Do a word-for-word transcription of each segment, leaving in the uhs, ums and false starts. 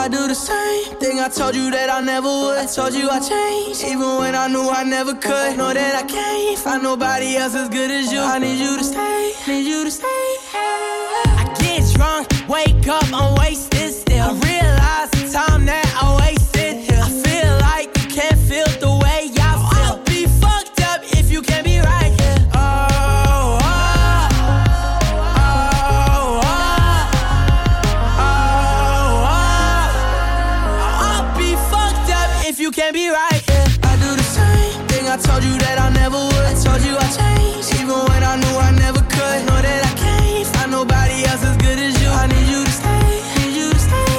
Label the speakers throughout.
Speaker 1: I do the same thing I told you that I never would. I told you I changed, even when I knew I never could. Know that I can't find nobody else as good as you. I need you to stay, need you to stay. I get drunk, wake up, I'm wasted still. I realize the time that I wasted here. I feel like you can't feel the way I feel. I'll be fucked up if you can't be right here. Oh, oh, oh, oh, oh, oh. I'll be fucked up if you can't be right here. I do the same thing I told you that I never would. I told you I changed, even when I knew I never could. Know that I can't find nobody else as good as you. I need you to stay, need you to stay.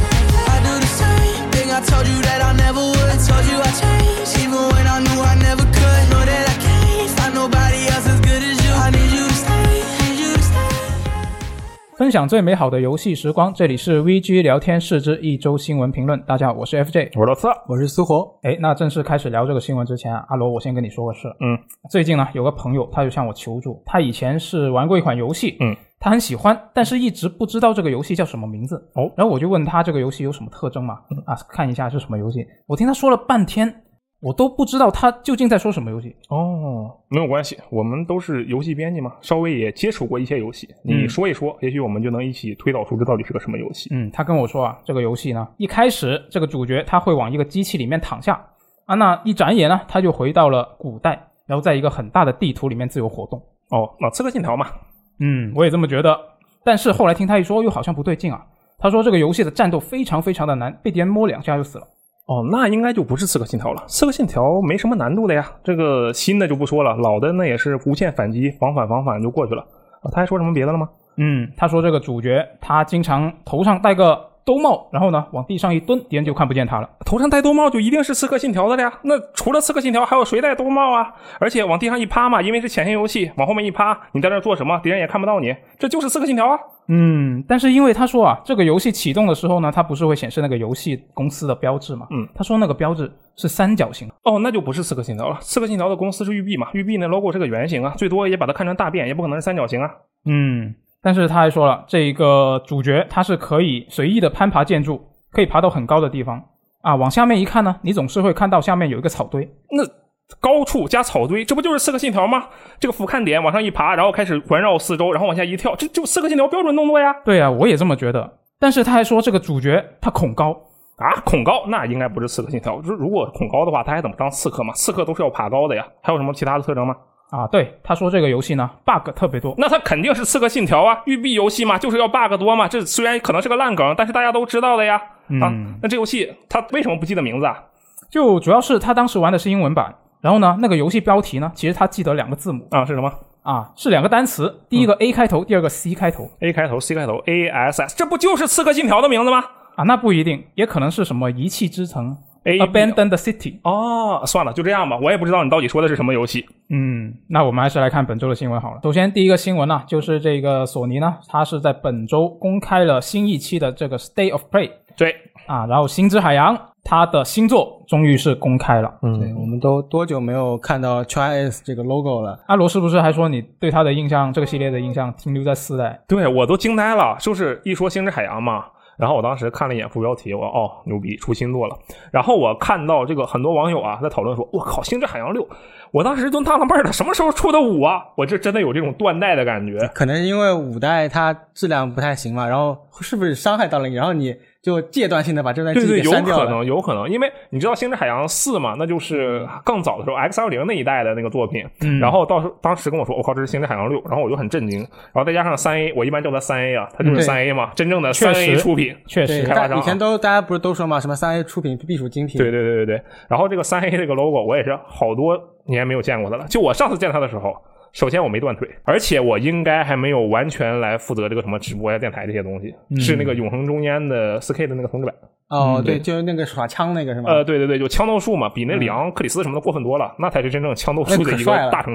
Speaker 1: I do the same thing I told you that I never would. I told you I changed, even when I knew I never could. Know that I can't find nobody else as good as you. I need you to stay, need you to stay.
Speaker 2: 分享最美好的游戏时光，这里是 V G 聊天室之一周新闻评论。大家好，我是 F J，
Speaker 3: 我是老四，
Speaker 4: 我是苏活。
Speaker 2: 诶，那正式开始聊这个新闻之前啊，阿罗我先跟你说个事。
Speaker 3: 嗯，
Speaker 2: 最近呢有个朋友他就向我求助，他以前是玩过一款游戏，
Speaker 3: 嗯，
Speaker 2: 他很喜欢，但是一直不知道这个游戏叫什么名字。
Speaker 3: 哦，
Speaker 2: 然后我就问他这个游戏有什么特征嘛？啊，看一下是什么游戏。我听他说了半天，我都不知道他究竟在说什么游戏。
Speaker 3: 哦，没有关系，我们都是游戏编辑嘛，稍微也接触过一些游戏，你说一说，嗯，也许我们就能一起推导出这到底是个什么游戏。
Speaker 2: 嗯，他跟我说啊，这个游戏呢，一开始这个主角他会往一个机器里面躺下啊，那一转眼呢，他就回到了古代，然后在一个很大的地图里面自由活动。
Speaker 3: 哦，那刺客信条嘛。
Speaker 2: 嗯，我也这么觉得。但是后来听他一说，又好像不对劲啊。他说这个游戏的战斗非常非常的难，被敌人摸两下就死了。
Speaker 3: 哦，那应该就不是刺客信条了。刺客信条没什么难度的呀，这个新的就不说了，老的那也是无限反击，防反防反就过去了。啊，他还说什么别的了吗？
Speaker 2: 嗯，他说这个主角他经常头上戴个兜帽，然后呢往地上一蹲，敌人就看不见他了。
Speaker 3: 头上戴兜帽就一定是刺客信条的了呀？那除了刺客信条还有谁戴兜帽啊？而且往地上一趴嘛，因为是潜行游戏，往后面一趴，你在那做什么敌人也看不到你，这就是刺客信条啊。
Speaker 2: 嗯，但是因为他说啊，这个游戏启动的时候呢，它不是会显示那个游戏公司的标志嘛？嗯，他说那个标志是三角形。
Speaker 3: 哦，那就不是刺客信条了。刺客信条的公司是育碧嘛，育碧那 logo 是个圆形啊，最多也把它看成大便，也不可能是三角形啊。
Speaker 2: 嗯，但是他还说了，这个主角他是可以随意的攀爬建筑，可以爬到很高的地方啊。往下面一看呢，你总是会看到下面有一个草堆。
Speaker 3: 那高处加草堆，这不就是刺客信条吗？这个俯瞰点往上一爬，然后开始环绕四周，然后往下一跳，这就刺客信条标准动作呀。
Speaker 2: 对啊，我也这么觉得。但是他还说这个主角他恐高
Speaker 3: 啊，恐高那应该不是刺客信条。如果恐高的话，他还怎么当刺客嘛？刺客都是要爬高的呀。还有什么其他的特征吗？
Speaker 2: 啊，对，他说这个游戏呢 bug 特别多。
Speaker 3: 那他肯定是刺客信条啊，育碧游戏嘛，就是要 bug 多嘛。这虽然可能是个烂梗，但是大家都知道的呀。
Speaker 2: 嗯、
Speaker 3: 啊，那这游戏他为什么不记得名字啊？
Speaker 2: 就主要是他当时玩的是英文版。然后呢，那个游戏标题呢，其实他记得两个字母
Speaker 3: 啊，是什么
Speaker 2: 啊？是两个单词，第一个 A 开头，嗯、第二个 C 开头。
Speaker 3: A 开头 C 开头 A S S， 这不就是刺客信条的名字吗？
Speaker 2: 啊，那不一定，也可能是什么遗弃之城 Abandoned City。
Speaker 3: 哦，算了，就这样吧，我也不知道你到底说的是什么游戏。
Speaker 2: 嗯，那我们还是来看本周的新闻好了。首先第一个新闻呢，就是这个索尼呢，它是在本周公开了新一期的这个 State of Play。
Speaker 3: 对
Speaker 2: 啊，然后星之海洋它的新作终于是公开了。
Speaker 4: 嗯，对，我们都多久没有看到 Tri S 这个 logo 了？
Speaker 2: 阿罗是不是还说你对它的印象，这个系列的印象停留在四代？
Speaker 3: 对，我都惊呆了，就是一说星之海洋嘛，然后我当时看了一眼副标题，我哦牛逼，出新作了。然后我看到这个很多网友啊在讨论说，我靠，星之海洋六，我当时都纳了闷了，什么时候出的五啊？我这真的有这种断代的感觉。
Speaker 4: 可能因为五代它质量不太行嘛，然后是不是伤害到了你，然后你就戒断性的把这段记忆给删掉了。
Speaker 3: 对对，有可能，有可能，因为你知道《星之海洋四》嘛，那就是更早的时候 X 二十 那一代的那个作品。嗯，然后到时当时跟我说，我靠，这是《星之海洋六》，然后我就很震惊。然后再加上三 A， 我一般叫它三 A 啊，它就是三 A 嘛，真正的三 A 出品，
Speaker 2: 确实，
Speaker 3: 开发商、啊。
Speaker 4: 以前都大家不是都说嘛，什么三 A 出品必属精品。
Speaker 3: 对对对对对。然后这个三 A 这个 logo， 我也是好多年没有见过它了。就我上次见它的时候。首先我没断腿，而且我应该还没有完全来负责这个什么直播呀、电台这些东西，嗯、是那个永恒中间的 四 K 的那个重置版。
Speaker 4: 哦，对，就是那个耍枪那个是吗？
Speaker 3: 呃，对对对，就枪斗术嘛，比那里昂、克里斯什么的过分多了，嗯、那才是真正枪斗术的一个大成者。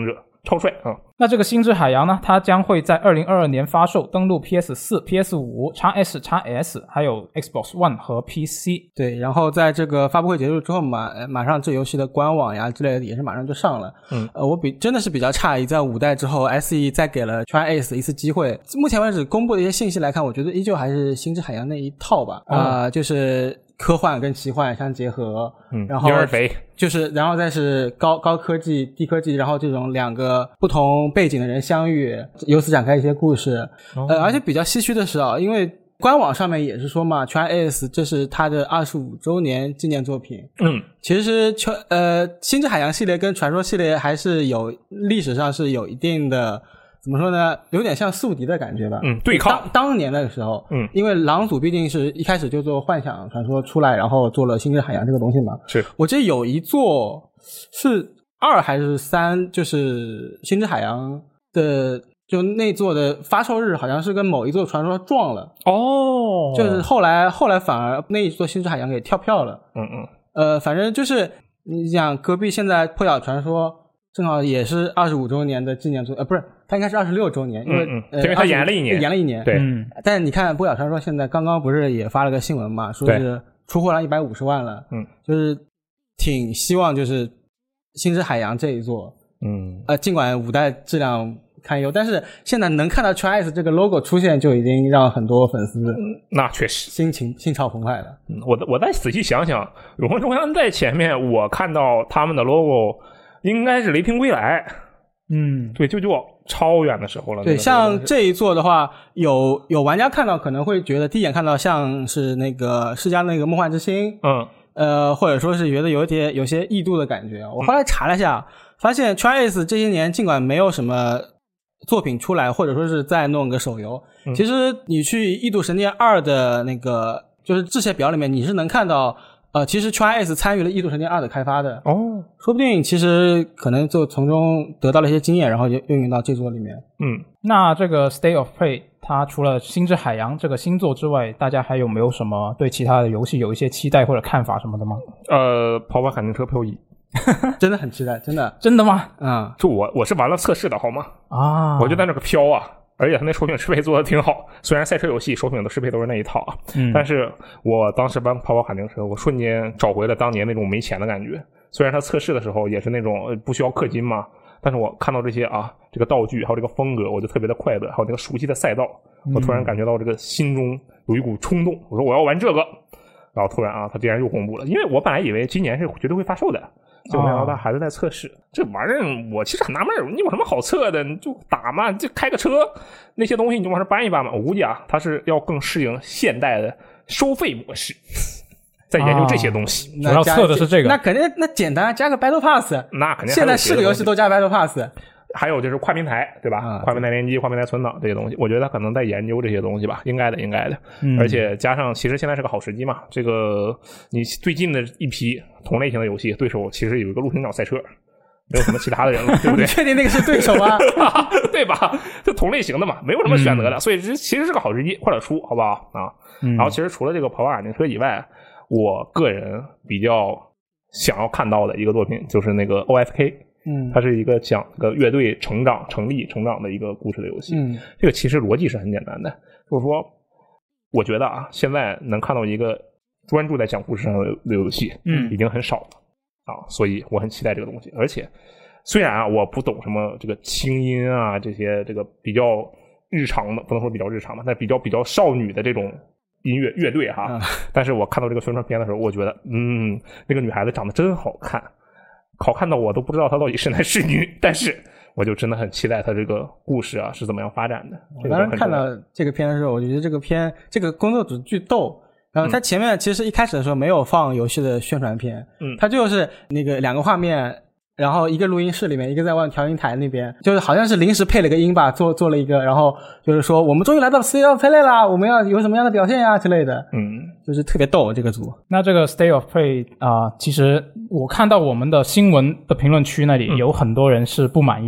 Speaker 3: 超帅啊！
Speaker 2: 那这个星之海洋呢，它将会在二零二二年发售，登陆 P S 四、P S 五、X S、X S 还有 Xbox One 和 P C。
Speaker 4: 对，然后在这个发布会结束之后马马上这游戏的官网呀之类的也是马上就上了。
Speaker 3: 嗯，
Speaker 4: 呃，我比真的是比较诧异，在五代之后 S E 再给了 X S 一次机会。目前为止公布的一些信息来看，我觉得依旧还是星之海洋那一套吧。啊、嗯呃，就是科幻跟奇幻相结合，
Speaker 3: 嗯，
Speaker 4: 然后
Speaker 3: 婴儿肥
Speaker 4: 就是然后再是高高科技低科技，然后这种两个不同背景的人相遇，由此展开一些故事。
Speaker 3: 哦、
Speaker 4: 呃，而且比较唏嘘的是啊，因为官网上面也是说嘛 ，X S 这是它的二十五周年纪念作品。
Speaker 3: 嗯，
Speaker 4: 其实呃星之海洋系列跟传说系列还是有历史上是有一定的。怎么说呢？有点像宿敌的感觉吧。
Speaker 3: 嗯，对抗。
Speaker 4: 当当年那个时候，
Speaker 3: 嗯，
Speaker 4: 因为狼组毕竟是一开始就做幻想传说出来，然后做了星之海洋这个东西嘛。
Speaker 3: 是
Speaker 4: 我记得有一座是二还是三，就是星之海洋的，就那座的发售日好像是跟某一座传说撞了。
Speaker 3: 哦，
Speaker 4: 就是后来后来反而那一座星之海洋给跳票了。
Speaker 3: 嗯嗯。
Speaker 4: 呃，反正就是你想隔壁现在破晓传说。正好也是二十五周年的纪念作，呃，不是，它应该是二十六周年，因为、
Speaker 3: 嗯嗯
Speaker 4: 呃、
Speaker 3: 因为它延了一年，
Speaker 4: 延了一年，
Speaker 3: 对。
Speaker 2: 嗯，
Speaker 4: 但是你看，不朽传说现在刚刚不是也发了个新闻嘛，说是出货量一百五十万了，
Speaker 3: 嗯，
Speaker 4: 就是挺希望就是星之海洋这一座，
Speaker 3: 嗯，
Speaker 4: 呃，尽管五代质量堪忧，但是现在能看到 X S 这个 logo 出现，就已经让很多粉丝、嗯、
Speaker 3: 那确实
Speaker 4: 心情心潮澎湃了。
Speaker 3: 嗯、我我再仔细想想，永恒中央在前面，我看到他们的 logo。应该是雷霆归来，
Speaker 2: 嗯，
Speaker 3: 对，就就超远的时候了。
Speaker 4: 对，像这一座的话，有有玩家看到可能会觉得第一眼看到像是那个世嘉那个梦幻之星，
Speaker 3: 嗯，
Speaker 4: 呃，或者说是觉得有点有些异度的感觉。我后来查了一下，嗯、发现 X S 这些年尽管没有什么作品出来，或者说是再弄个手游，嗯、其实你去异度神殿二的那个就是致谢表里面，你是能看到。呃，其实 X S 参与了《异度神剑二》的开发的
Speaker 3: 哦，
Speaker 4: 说不定其实可能就从中得到了一些经验，然后就运用到这作里面。
Speaker 3: 嗯，
Speaker 2: 那这个 State of Play 它除了星之海洋这个新作之外，大家还有没有什么对其他的游戏有一些期待或者看法什么的吗？
Speaker 3: 呃，跑跑卡丁车漂移，
Speaker 4: 真的很期待，真的，
Speaker 2: 真的吗？
Speaker 4: 嗯，
Speaker 3: 就我我是玩了测试的好吗？
Speaker 2: 啊，
Speaker 3: 我就在那个飘啊。而且他那手柄适配做的挺好，虽然赛车游戏手柄的适配都是那一套啊，
Speaker 2: 嗯，但
Speaker 3: 是我当时玩跑跑卡丁车，我瞬间找回了当年那种没钱的感觉。虽然他测试的时候也是那种不需要氪金嘛，但是我看到这些啊，这个道具还有这个风格，我就特别的快乐，还有那个熟悉的赛道，我突然感觉到这个心中有一股冲动，我说我要玩这个，然后突然啊，他竟然又公布了，因为我本来以为今年是绝对会发售的。结果没想到他还是在测试、哦、这玩意儿，我其实很纳闷，你有什么好测的？你就打嘛，就开个车，那些东西你就往上搬一搬嘛。我估计啊，它是要更适应现代的收费模式，在研究这些东西。
Speaker 2: 主要测的是这个，
Speaker 4: 那肯定那简单，加个 Battle Pass，
Speaker 3: 那肯定
Speaker 4: 现在是个游戏都加 Battle Pass。
Speaker 3: 还有就是跨平台，对吧？
Speaker 4: 啊、
Speaker 3: 跨平台联机、跨平台存档这些东西，我觉得他可能在研究这些东西吧，应该的，应该的。
Speaker 2: 嗯、
Speaker 3: 而且加上，其实现在是个好时机嘛。这个你最近的一批同类型的游戏对手，其实有一个陆行鸟赛车，没有什么其他的人了，对不对？
Speaker 4: 你确定那个是对手吗？
Speaker 3: 对吧？这同类型的嘛，没有什么选择的，嗯、所以这其实是个好时机，快点出，好不好啊？
Speaker 2: 嗯、
Speaker 3: 然后其实除了这个跑跑卡丁车以外，我个人比较想要看到的一个作品就是那个 O F K。
Speaker 4: 嗯，
Speaker 3: 它是一个讲这个乐队成长、成立、成长的一个故事的游戏。
Speaker 4: 嗯，
Speaker 3: 这个其实逻辑是很简单的，就是说，我觉得啊，现在能看到一个专注在讲故事上的游戏，
Speaker 2: 嗯，
Speaker 3: 已经很少了啊，所以我很期待这个东西。而且，虽然啊，我不懂什么这个轻音啊这些这个比较日常的，不能说比较日常吧，但比较比较少女的这种音乐乐队哈，
Speaker 4: 嗯、
Speaker 3: 但是我看到这个宣传片的时候，我觉得，嗯，那个女孩子长得真好看。好看到我都不知道她到底是男是女，但是我就真的很期待她这个故事啊是怎么样发展的。
Speaker 4: 我当时看到这个片的时候，我就觉得这个片这个工作组巨逗。然后他前面其实一开始的时候没有放游戏的宣传片，
Speaker 3: 嗯，
Speaker 4: 他就是那个两个画面，然后一个录音室里面，一个在外调音台那边，就是好像是临时配了个音吧，做做了一个，然后就是说我们终于来到 State of Play 啦，我们要有什么样的表现呀之类的，
Speaker 3: 嗯，
Speaker 4: 就是特别逗这个组。
Speaker 2: 那这个 State of Play 啊、呃，其实我看到我们的新闻的评论区那里、嗯、有很多人是不满意的。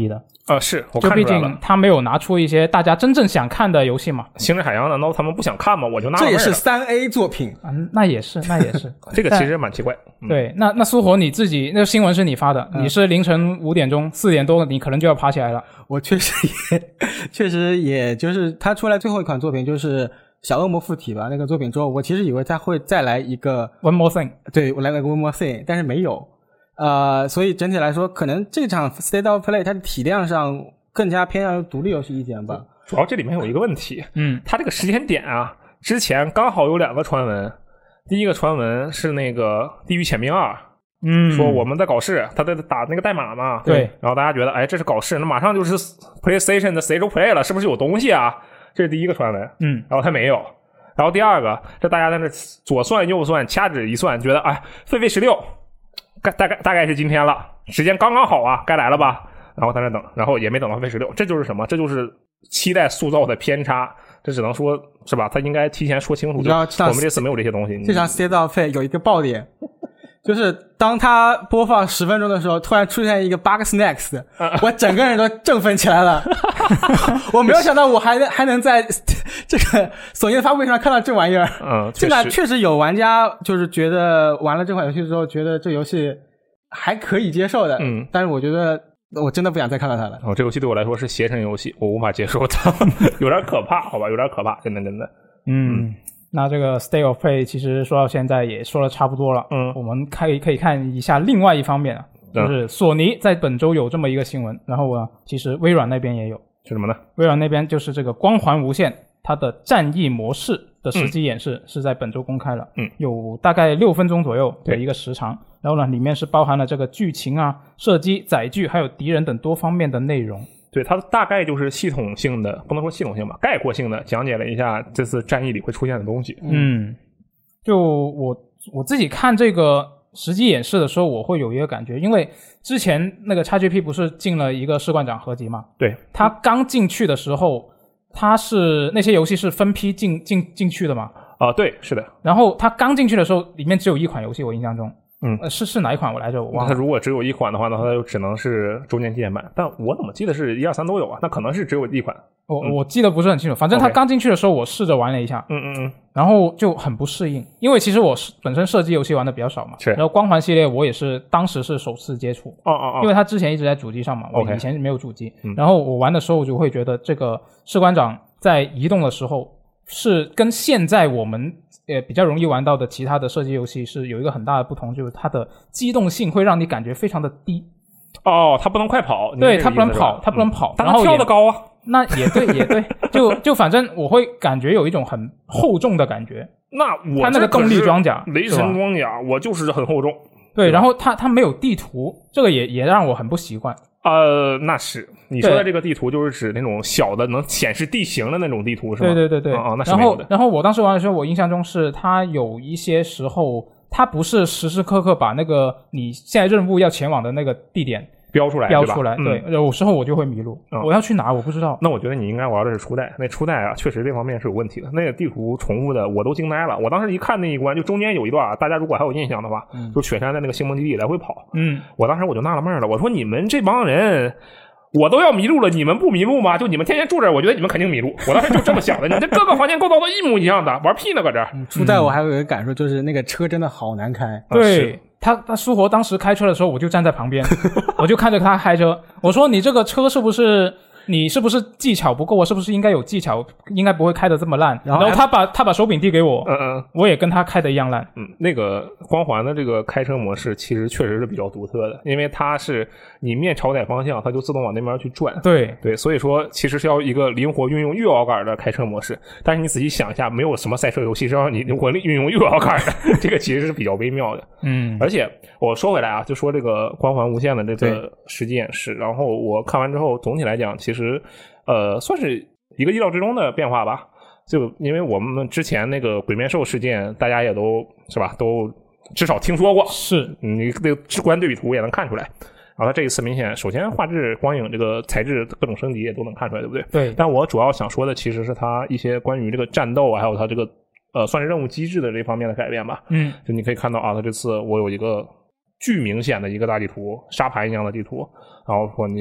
Speaker 3: 啊、呃，是我
Speaker 2: 就毕
Speaker 3: 看出来了。
Speaker 2: 竟他没有拿出一些大家真正想看的游戏嘛。
Speaker 3: 星之海洋难道他们不想看吗？我就纳闷了。
Speaker 4: 这也是三 A 作品
Speaker 2: 啊，那也是，那也是。
Speaker 3: 这个其实蛮奇怪。嗯、
Speaker 2: 对，那那苏活你自己那新闻是你发的，嗯、你是凌晨五点钟四点多，你可能就要爬起来了。
Speaker 4: 我确实也，确实也就是他出来最后一款作品就是小恶魔附体吧，那个作品之后，我其实以为他会再来一个
Speaker 2: One More Thing，
Speaker 4: 对，我来个 One More Thing， 但是没有。呃，所以整体来说，可能这场 State of Play 它的体量上更加偏向于独立游戏一点吧。
Speaker 3: 主要这里面有一个问题，
Speaker 2: 嗯，
Speaker 3: 它这个时间点啊，之前刚好有两个传闻，第一个传闻是那个《地狱潜兵二》，
Speaker 2: 嗯，
Speaker 3: 说我们在搞事，他在打那个代码嘛，
Speaker 2: 对，
Speaker 3: 然后大家觉得，哎，这是搞事，那马上就是 PlayStation 的 State of Play 了，是不是有东西啊？这是第一个传闻，
Speaker 2: 嗯，
Speaker 3: 然后他没有。然后第二个，这大家在那左算右算，掐指一算，觉得哎，狒狒十六，大概大概是今天了，时间刚刚好啊，该来了吧？然后在那等，然后也没等到狒狒十六，这就是什么？这就是期待塑造的偏差。这只能说是吧？他应该提前说清楚，就我们这次没有这些东西。
Speaker 4: 这场 State of Play 有一个爆点，就是当他播放十分钟的时候，突然出现一个 Bug Snacks， 我整个人都振奋起来了。我没有想到我还能还能在这个索尼的发布会上看到这玩意儿。
Speaker 3: 嗯，
Speaker 4: 现在确实有玩家就是觉得玩了这款游戏之后，觉得这游戏还可以接受的。
Speaker 3: 嗯，
Speaker 4: 但是我觉得我真的不想再看到它了。
Speaker 3: 哦，这游戏对我来说是携程游戏，我无法接受它，有点可怕，好吧，有点可怕，真的真的。
Speaker 2: 嗯。嗯，那这个 State of Play 其实说到现在也说了差不多了，
Speaker 3: 嗯，
Speaker 2: 我们可以可以看一下另外一方面啊，就是索尼在本周有这么一个新闻，然后呢，其实微软那边也有，
Speaker 3: 是什么呢？
Speaker 2: 微软那边就是这个光环无限它的战役模式的实际演示是在本周公开了，
Speaker 3: 嗯，
Speaker 2: 有大概六分钟左右的一个时长，然后呢，里面是包含了这个剧情啊、射击、载具还有敌人等多方面的内容。
Speaker 3: 对，它大概就是系统性的，不能说系统性吧，概括性的讲解了一下这次战役里会出现的东西。
Speaker 2: 嗯，就我我自己看这个实际演示的时候，我会有一个感觉，因为之前那个 X G P 不是进了一个士官长合集嘛？
Speaker 3: 对，
Speaker 2: 他刚进去的时候，他是那些游戏是分批进进进去的嘛？
Speaker 3: 啊、呃，对，是的。
Speaker 2: 然后他刚进去的时候，里面只有一款游戏，我印象中。
Speaker 3: 嗯，
Speaker 2: 呃，是是哪一款我来着？我忘了。
Speaker 3: 它如果只有一款的话，那它就只能是中间纪念版。但我怎么记得是一二三都有啊？那可能是只有一款。
Speaker 2: 我、
Speaker 3: 嗯、
Speaker 2: 我记得不是很清楚，反正他刚进去的时候，我试着玩了一下，
Speaker 3: 嗯嗯嗯，
Speaker 2: 然后就很不适应，因为其实我本身射击游戏玩的比较少嘛，
Speaker 3: 是。
Speaker 2: 然后光环系列我也是当时是首次接触，
Speaker 3: 哦哦哦，
Speaker 2: 因为它之前一直在主机上嘛，我以前没有主机，嗯、然后我玩的时候我就会觉得这个士官长在移动的时候是跟现在我们呃比较容易玩到的其他的射击游戏是有一个很大的不同，就是它的机动性会让你感觉非常的低。
Speaker 3: 哦，它不能快跑，
Speaker 2: 对，它不能跑，它不能跑，
Speaker 3: 嗯、但它跳得高啊。
Speaker 2: 那也对，也对，就就反正我会感觉有一种很厚重的感觉。
Speaker 3: 那我
Speaker 2: 它那个动力装甲，
Speaker 3: 雷神装甲，我就是很厚重。
Speaker 2: 对，然后它它没有地图，这个也也让我很不习惯。
Speaker 3: 呃，那是你说的这个地图，就是指那种小的能显示地形的那种地图，是吗？
Speaker 2: 对对对对。
Speaker 3: 哦，那是没有的。
Speaker 2: 然后然后我当时玩的时候，我印象中是它有一些时候，它不是时时刻刻把那个你现在任务要前往的那个地点
Speaker 3: 标出来，
Speaker 2: 标出来，
Speaker 3: 对，
Speaker 2: 嗯、有时候我就会迷路、嗯，我要去哪我不知道。
Speaker 3: 那我觉得你应该玩的是初代，那初代啊，确实这方面是有问题的。那个地图重复的，我都惊呆了。我当时一看那一关，就中间有一段啊，大家如果还有印象的话，嗯、就雪山在那个星梦基地来回跑，
Speaker 2: 嗯，
Speaker 3: 我当时我就纳了闷了，我说你们这帮人。我都要迷路了，你们不迷路吗？就你们天天住这儿，我觉得你们肯定迷路。我当时就这么想的，你这各个房间构造都一模一样的，玩屁呢搁这儿。
Speaker 4: 初代我还有一个感受，就是那个车真的好难开。
Speaker 2: 嗯、对他，他苏活当时开车的时候，我就站在旁边，我就看着他开车，我说你这个车是不是？你是不是技巧不够啊？是不是应该有技巧？应该不会开得这么烂。然后, 然后他把他把手柄递给我，
Speaker 3: 嗯嗯，
Speaker 2: 我也跟他开得一样烂。
Speaker 3: 嗯，那个光环的这个开车模式其实确实是比较独特的，因为它是你面朝哪方向，它就自动往那边去转。
Speaker 2: 对
Speaker 3: 对，所以说其实是要一个灵活运用右摇杆的开车模式。但是你仔细想一下，没有什么赛车游戏是让你灵活运用右摇杆的，这个其实是比较微妙的。
Speaker 2: 嗯，
Speaker 3: 而且我说回来啊，就说这个光环无限的这个实际演示，然后我看完之后，总体来讲，其实。其实，呃，算是一个意料之中的变化吧。就因为我们之前那个鬼面兽事件，大家也都是吧，都至少听说过。
Speaker 2: 是，
Speaker 3: 你这个直观对比图也能看出来。然后它这一次明显，首先画质、光影这个材质各种升级也都能看出来，对不对？
Speaker 2: 对。
Speaker 3: 但我主要想说的其实是它一些关于这个战斗，还有它这个呃算是任务机制的这方面的改变吧。
Speaker 2: 嗯。
Speaker 3: 就你可以看到啊，它这次我有一个巨明显的一个大地图，沙盘一样的地图，然后说你。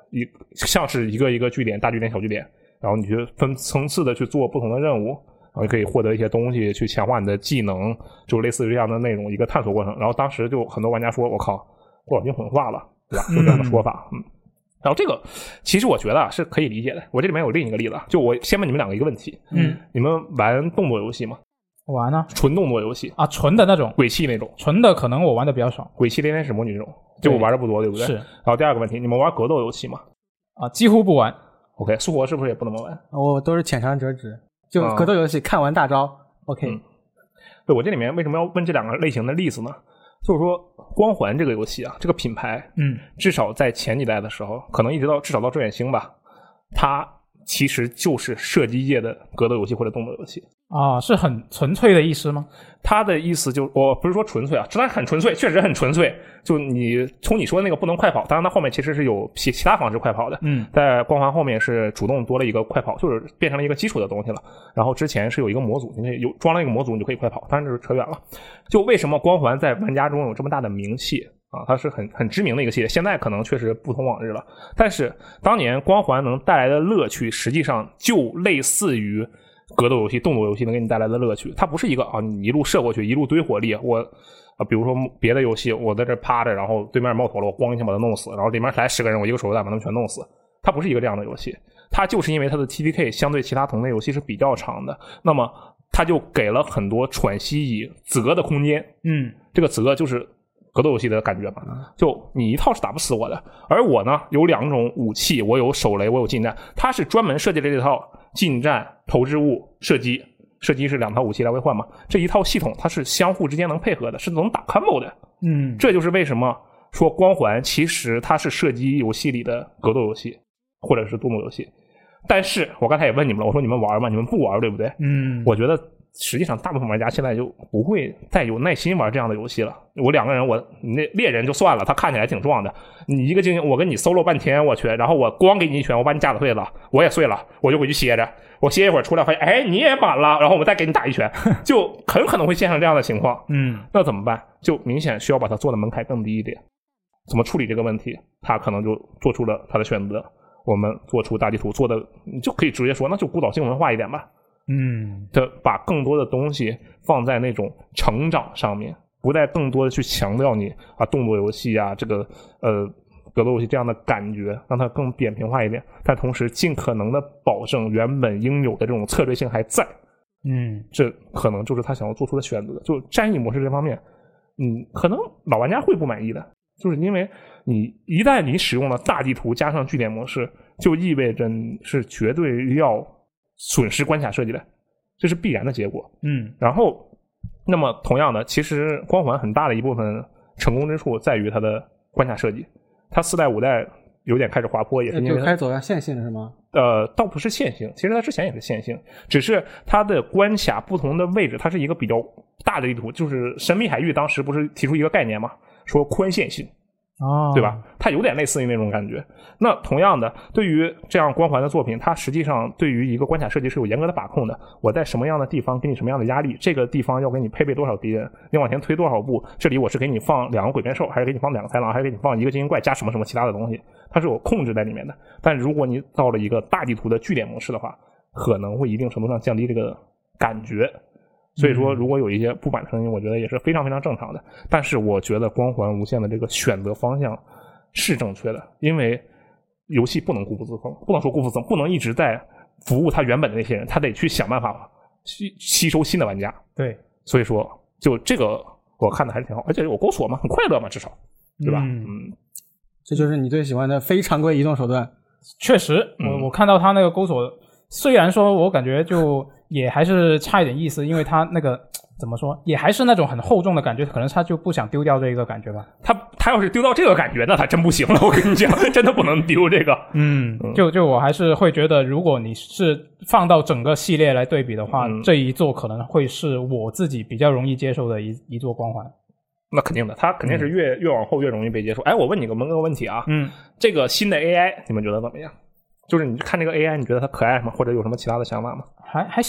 Speaker 3: 一像是一个一个据点，大据点、小据点，然后你去分层次的去做不同的任务，然后你可以获得一些东西去强化你的技能，就类似于这样的那种一个探索过程。然后当时就很多玩家说：“我靠，过脑筋混化了，对吧？”就这样的说法，嗯。然后这个其实我觉得啊是可以理解的。我这里面有另一个例子，就我先问你们两个一个问题，
Speaker 2: 嗯，
Speaker 3: 你们玩动作游戏吗？
Speaker 2: 玩啊，
Speaker 3: 纯动作游戏
Speaker 2: 啊，纯的那种，
Speaker 3: 鬼泣那种，
Speaker 2: 纯的可能我玩的比较少。
Speaker 3: 鬼泣连天使魔女这种，就我玩的不多，对不对？
Speaker 2: 是。
Speaker 3: 然后第二个问题，你们玩格斗游戏吗？
Speaker 2: 啊，几乎不玩。
Speaker 3: OK， 苏活是不是也不能玩？
Speaker 4: 我都是浅尝辄止，就格斗游戏、嗯、看完大招 ，OK、嗯。
Speaker 3: 对，我这里面为什么要问这两个类型的例子呢？就是说，光环这个游戏啊，这个品牌，
Speaker 2: 嗯，
Speaker 3: 至少在前几代的时候，可能一直到至少到致远星吧，它其实就是射击界的格斗游戏或者动作游戏
Speaker 2: 啊，是很纯粹的意思吗？
Speaker 3: 他的意思就我不是说纯粹啊，当然很纯粹，确实很纯粹。就你从你说的那个不能快跑，当然它后面其实是有其其他方式快跑的。
Speaker 2: 嗯，
Speaker 3: 在光环后面是主动多了一个快跑，就是变成了一个基础的东西了。然后之前是有一个模组，你可以有装了一个模组，你就可以快跑。当然这是扯远了。就为什么光环在玩家中有这么大的名气啊？它是很很知名的一个系列，现在可能确实不同往日了。但是当年光环能带来的乐趣，实际上就类似于格斗游戏、动作游戏能给你带来的乐趣。它不是一个啊，你一路射过去，一路堆火力，我啊，比如说别的游戏，我在这趴着，然后对面冒头了，我咣一下把他弄死，然后里面来十个人，我一个手榴弹把他们全弄死。它不是一个这样的游戏，它就是因为它的 T D K 相对其他同类游戏是比较长的，那么它就给了很多喘息以择的空间。
Speaker 2: 嗯，
Speaker 3: 这个择就是格斗游戏的感觉嘛，就你一套是打不死我的，而我呢有两种武器，我有手雷，我有近战，它是专门设计了这套近战、投掷物、射击，射击是两套武器来回换嘛，这一套系统它是相互之间能配合的，是能打 combo 的。
Speaker 2: 嗯，
Speaker 3: 这就是为什么说光环其实它是射击游戏里的格斗游戏或者是动作游戏。但是我刚才也问你们了，我说你们玩吗？你们不玩对不对？
Speaker 2: 嗯，
Speaker 3: 我觉得实际上大部分玩家现在就不会再有耐心玩这样的游戏了。我两个人，我那猎人就算了，他看起来挺壮的，你一个精英我跟你 solo 半天，我去，然后我光给你一拳，我把你架子碎了，我也碎了，我就回去歇着，我歇一会儿出来发现哎你也满了，然后我再给你打一拳，就很可能会现成这样的情况。
Speaker 2: 嗯，
Speaker 3: 那怎么办？就明显需要把它做的门槛更低一点。怎么处理这个问题？他可能就做出了他的选择。我们做出大地图做的，你就可以直接说那就孤岛性文化一点吧。
Speaker 2: 嗯，
Speaker 3: 的把更多的东西放在那种成长上面，不再更多的去强调你啊动作游戏啊这个呃格斗游戏这样的感觉，让它更扁平化一点，但同时尽可能的保证原本应有的这种策略性还在。
Speaker 2: 嗯，
Speaker 3: 这可能就是他想要做出的选择。就战役模式这方面，嗯，可能老玩家会不满意的，就是因为你一旦你使用了大地图加上据点模式，就意味着你是绝对要损失关卡设计的，这是必然的结果。
Speaker 2: 嗯，
Speaker 3: 然后那么同样的，其实光环很大的一部分成功之处在于它的关卡设计，它四代五代有点开始滑坡，也是因为
Speaker 4: 就开始走向线性是吗？
Speaker 3: 呃，倒不是线性，其实它之前也是线性，只是它的关卡不同的位置，它是一个比较大的地图，就是神秘海域当时不是提出一个概念嘛，说宽线性。
Speaker 2: 哦，
Speaker 3: 对吧？它有点类似于那种感觉。那同样的，对于这样光环的作品，它实际上对于一个关卡设计是有严格的把控的。我在什么样的地方给你什么样的压力，这个地方要给你配备多少敌人，你往前推多少步，这里我是给你放两个鬼面兽，还是给你放两个豺狼，还是给你放一个精英怪加什么什么其他的东西，它是有控制在里面的。但如果你到了一个大地图的据点模式的话，可能会一定程度上降低这个感觉。所以说如果有一些不满声音，我觉得也是非常非常正常的。但是我觉得光环无限的这个选择方向是正确的，因为游戏不能固步自封，不能说固步自封，不能一直在服务他原本的那些人，他得去想办法吸吸收新的玩家。
Speaker 2: 对，
Speaker 3: 所以说就这个我看的还是挺好，而且有钩锁嘛，很快乐嘛，至少对吧？
Speaker 2: 嗯，
Speaker 3: 嗯，
Speaker 4: 这就是你最喜欢的非常规移动手段。
Speaker 2: 确实，
Speaker 3: 嗯、
Speaker 2: 我我看到他那个钩锁，虽然说我感觉就也还是差一点意思，因为他那个怎么说，也还是那种很厚重的感觉，可能他就不想丢掉这个感觉吧。
Speaker 3: 他他要是丢到这个感觉，那他真不行了，我跟你讲，真的不能丢这个。
Speaker 2: 嗯，就就我还是会觉得，如果你是放到整个系列来对比的话，嗯、这一座可能会是我自己比较容易接受的一一座光环。
Speaker 3: 那肯定的，它肯定是越、嗯、越往后越容易被接受。哎，我问你个问个问题啊，
Speaker 2: 嗯，
Speaker 3: 这个新的 A I 你们觉得怎么样？就是你看这个 A I， 你觉得它可爱吗？或者有什么其他的想法吗？
Speaker 2: 还还行啊，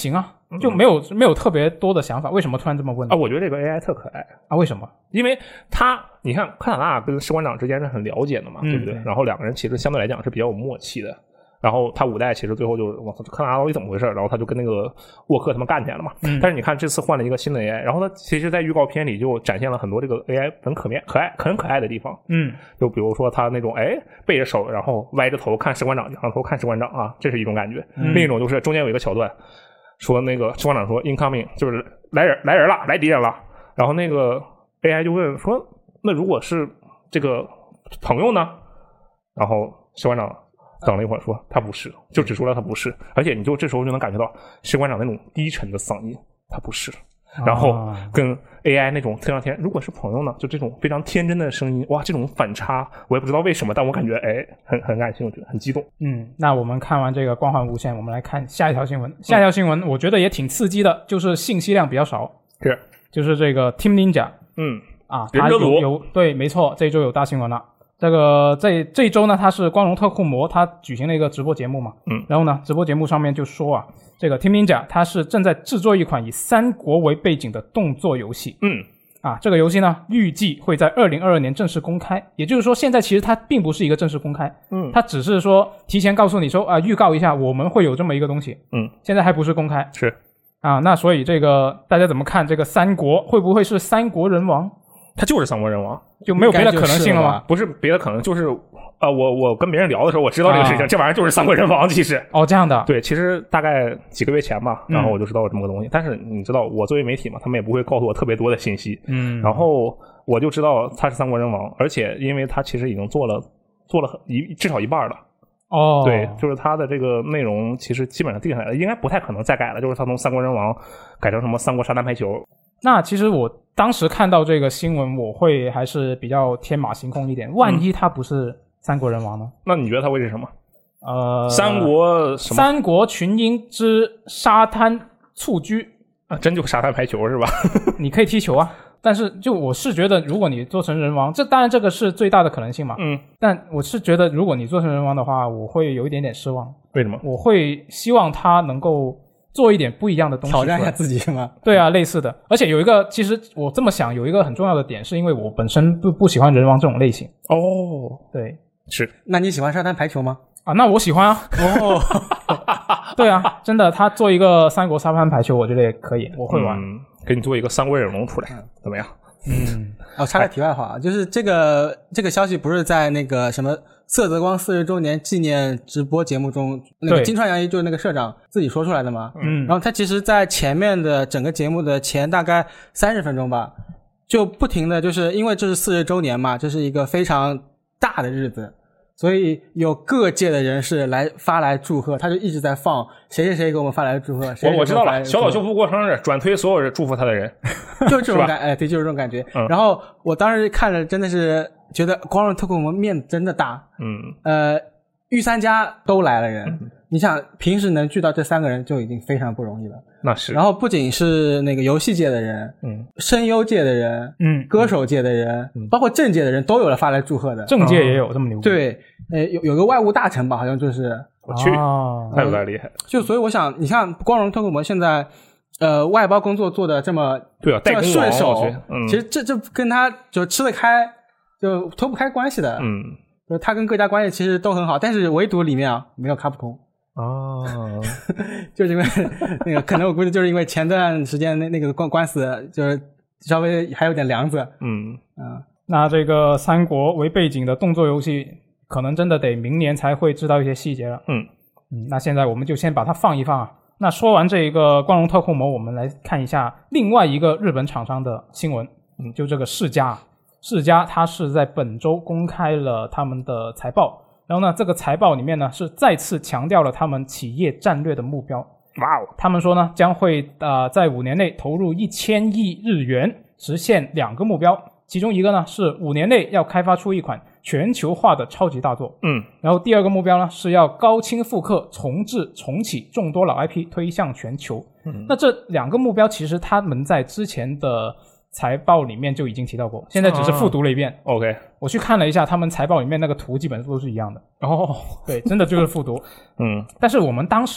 Speaker 2: 就没有、嗯、没有特别多的想法。为什么突然这么问
Speaker 3: 啊？我觉得这个 A I 特可爱
Speaker 2: 啊！为什么？
Speaker 3: 因为他你看科塔纳跟士官长之间是很了解的嘛，嗯、对不对？然后两个人其实相对来讲是比较有默契的。然后他五代其实最后就我操，科塔纳到底怎么回事？然后他就跟那个沃克他们干起来了嘛。嗯、但是你看这次换了一个新的 A I， 然后他其实在预告片里就展现了很多这个 A I 很可面可爱很可爱的地方。
Speaker 2: 嗯，
Speaker 3: 就比如说他那种哎背着手，然后歪着头看士官长，仰着头看士官长啊，这是一种感觉。嗯、另一种就是中间有一个桥段，说那个士官长说 incoming， 就是来人来人了，来敌人了。然后那个 A I 就问说，那如果是这个朋友呢？然后士官长等了一会儿说他不是，就指出了他不是，而且你就这时候就能感觉到士官长那种低沉的嗓音，他不是。然后跟 A I 那种特上天，如果是朋友呢，就这种非常天真的声音，哇，这种反差我也不知道为什么，但我感觉哎很很感兴趣，很激动。
Speaker 2: 嗯，那我们看完这个光环无限，我们来看下一条新闻。下一条新闻我觉得也挺刺激的，就是信息量比较少，
Speaker 3: 是
Speaker 2: 就是这个 Team Ninja，
Speaker 3: 嗯
Speaker 2: 啊，它有有对，没错，这一周有大新闻了。这个这这一周呢，它是光荣特库摩，它举行了一个直播节目嘛，
Speaker 3: 嗯，
Speaker 2: 然后呢，直播节目上面就说啊，这个 Team Ninja 它是正在制作一款以三国为背景的动作游戏，
Speaker 3: 嗯，
Speaker 2: 啊，这个游戏呢预计会在二零二二年正式公开，也就是说现在其实它并不是一个正式公开，
Speaker 3: 嗯，
Speaker 2: 它只是说提前告诉你说啊，预告一下我们会有这么一个东西，
Speaker 3: 嗯，
Speaker 2: 现在还不是公开，
Speaker 3: 是
Speaker 2: 啊，那所以这个大家怎么看这个三国会不会是三国人王？
Speaker 3: 他就是三国人王，
Speaker 2: 就没有别的可能性了吗？
Speaker 3: 不是别的可能，就是呃，我我跟别人聊的时候，我知道这个事情，啊、这玩意儿就是三国人王。其实
Speaker 2: 哦，这样的，
Speaker 3: 对，其实大概几个月前吧，然后我就知道有这么个东西。嗯、但是你知道，我作为媒体嘛，他们也不会告诉我特别多的信息。
Speaker 2: 嗯，
Speaker 3: 然后我就知道他是三国人王，而且因为他其实已经做了做了一至少一半了。
Speaker 2: 哦，
Speaker 3: 对，就是他的这个内容其实基本上定下来了，应该不太可能再改了。就是他从三国人王改成什么三国沙滩排球。
Speaker 2: 那其实我当时看到这个新闻，我会还是比较天马行空一点。万一他不是三国人王呢？
Speaker 3: 嗯、那你觉得他会是什么？
Speaker 2: 呃，
Speaker 3: 三国什么？
Speaker 2: 三国群英之沙滩蹴鞠
Speaker 3: 啊，真就沙滩排球是吧？
Speaker 2: 你可以踢球啊，但是就我是觉得，如果你做成人王，这当然这个是最大的可能性嘛。
Speaker 3: 嗯，
Speaker 2: 但我是觉得，如果你做成人王的话，我会有一点点失望。
Speaker 3: 为什么？
Speaker 2: 我会希望他能够做一点不一样的东西，
Speaker 4: 挑战一下自己是吗？
Speaker 2: 对啊，类似的。而且有一个，其实我这么想，有一个很重要的点，是因为我本身不不喜欢人王这种类型。
Speaker 3: 哦，
Speaker 2: 对，
Speaker 3: 是。
Speaker 4: 那你喜欢沙滩排球吗？
Speaker 2: 啊，那我喜欢啊。
Speaker 4: 哦，
Speaker 2: 对啊，真的，他做一个三国沙滩排球，我觉得也可以，我会玩。
Speaker 3: 嗯，给你做一个三国忍龙出来，嗯、怎么样？
Speaker 2: 嗯，
Speaker 4: 哦，插个题外话啊，就是这个这个消息不是在那个什么色泽光四十周年纪念直播节目中，那个金川洋一就是那个社长自己说出来的吗？
Speaker 2: 嗯，
Speaker 4: 然后他其实在前面的整个节目的前大概三十分钟吧，就不停的就是因为这是四十周年嘛，这是一个非常大的日子。所以有各界的人士来发来祝贺，他就一直在放谁谁谁给我们发来祝贺。谁谁
Speaker 3: 我我知道了，小岛秀夫过生日，转推所有人祝福他的人，
Speaker 4: 就是这种感，哎，对，就是这种感觉。嗯、然后我当时看着真的是觉得光荣特库摩面真的大，
Speaker 3: 嗯，
Speaker 4: 呃，御三家都来了人，嗯、你想平时能聚到这三个人就已经非常不容易了。
Speaker 3: 那是。
Speaker 4: 然后不仅是那个游戏界的人，
Speaker 3: 嗯，
Speaker 4: 声优界的人，
Speaker 2: 嗯，
Speaker 4: 歌手界的人，嗯，包括政界的人都有了发来祝贺的，
Speaker 2: 政界也有这么牛逼。
Speaker 4: 对。呃，有有个外务大臣吧，好像就是，
Speaker 3: 我去，
Speaker 2: 哦、
Speaker 3: 太有点厉害。
Speaker 4: 就所以我想，你看光荣特库摩现在，呃，外包工作做的这么
Speaker 3: 对啊，
Speaker 4: 这么顺手，
Speaker 3: 嗯、
Speaker 4: 其实这这跟他就吃得开，就脱不开关系的。
Speaker 3: 嗯，
Speaker 4: 就他跟各家关系其实都很好，但是唯独里面啊没有卡普空。
Speaker 3: 哦，
Speaker 4: 就是因为那个，可能我估计就是因为前段时间那那个官官司，就是稍微还有点梁子。
Speaker 3: 嗯
Speaker 2: 啊，那这个三国为背景的动作游戏。可能真的得明年才会知道一些细节了。
Speaker 3: 嗯
Speaker 2: 嗯，那现在我们就先把它放一放啊。那说完这一个光荣特库摩，我们来看一下另外一个日本厂商的新闻。嗯，就这个世嘉，世嘉它是在本周公开了他们的财报，然后呢，这个财报里面呢是再次强调了他们企业战略的目标。
Speaker 3: 哇哦！
Speaker 2: 他们说呢，将会呃在五年内投入一千亿日元，实现两个目标。其中一个呢是五年内要开发出一款全球化的超级大作，
Speaker 3: 嗯，
Speaker 2: 然后第二个目标呢是要高清复刻、重置、重启众多老 I P 推向全球。嗯，那这两个目标其实他们在之前的财报里面就已经提到过，现在只是复读了一遍。
Speaker 3: 哦、OK，
Speaker 2: 我去看了一下他们财报里面那个图，基本都是一样的。
Speaker 3: 哦，
Speaker 2: 对，真的就是复读。
Speaker 3: 嗯，
Speaker 2: 但是我们当时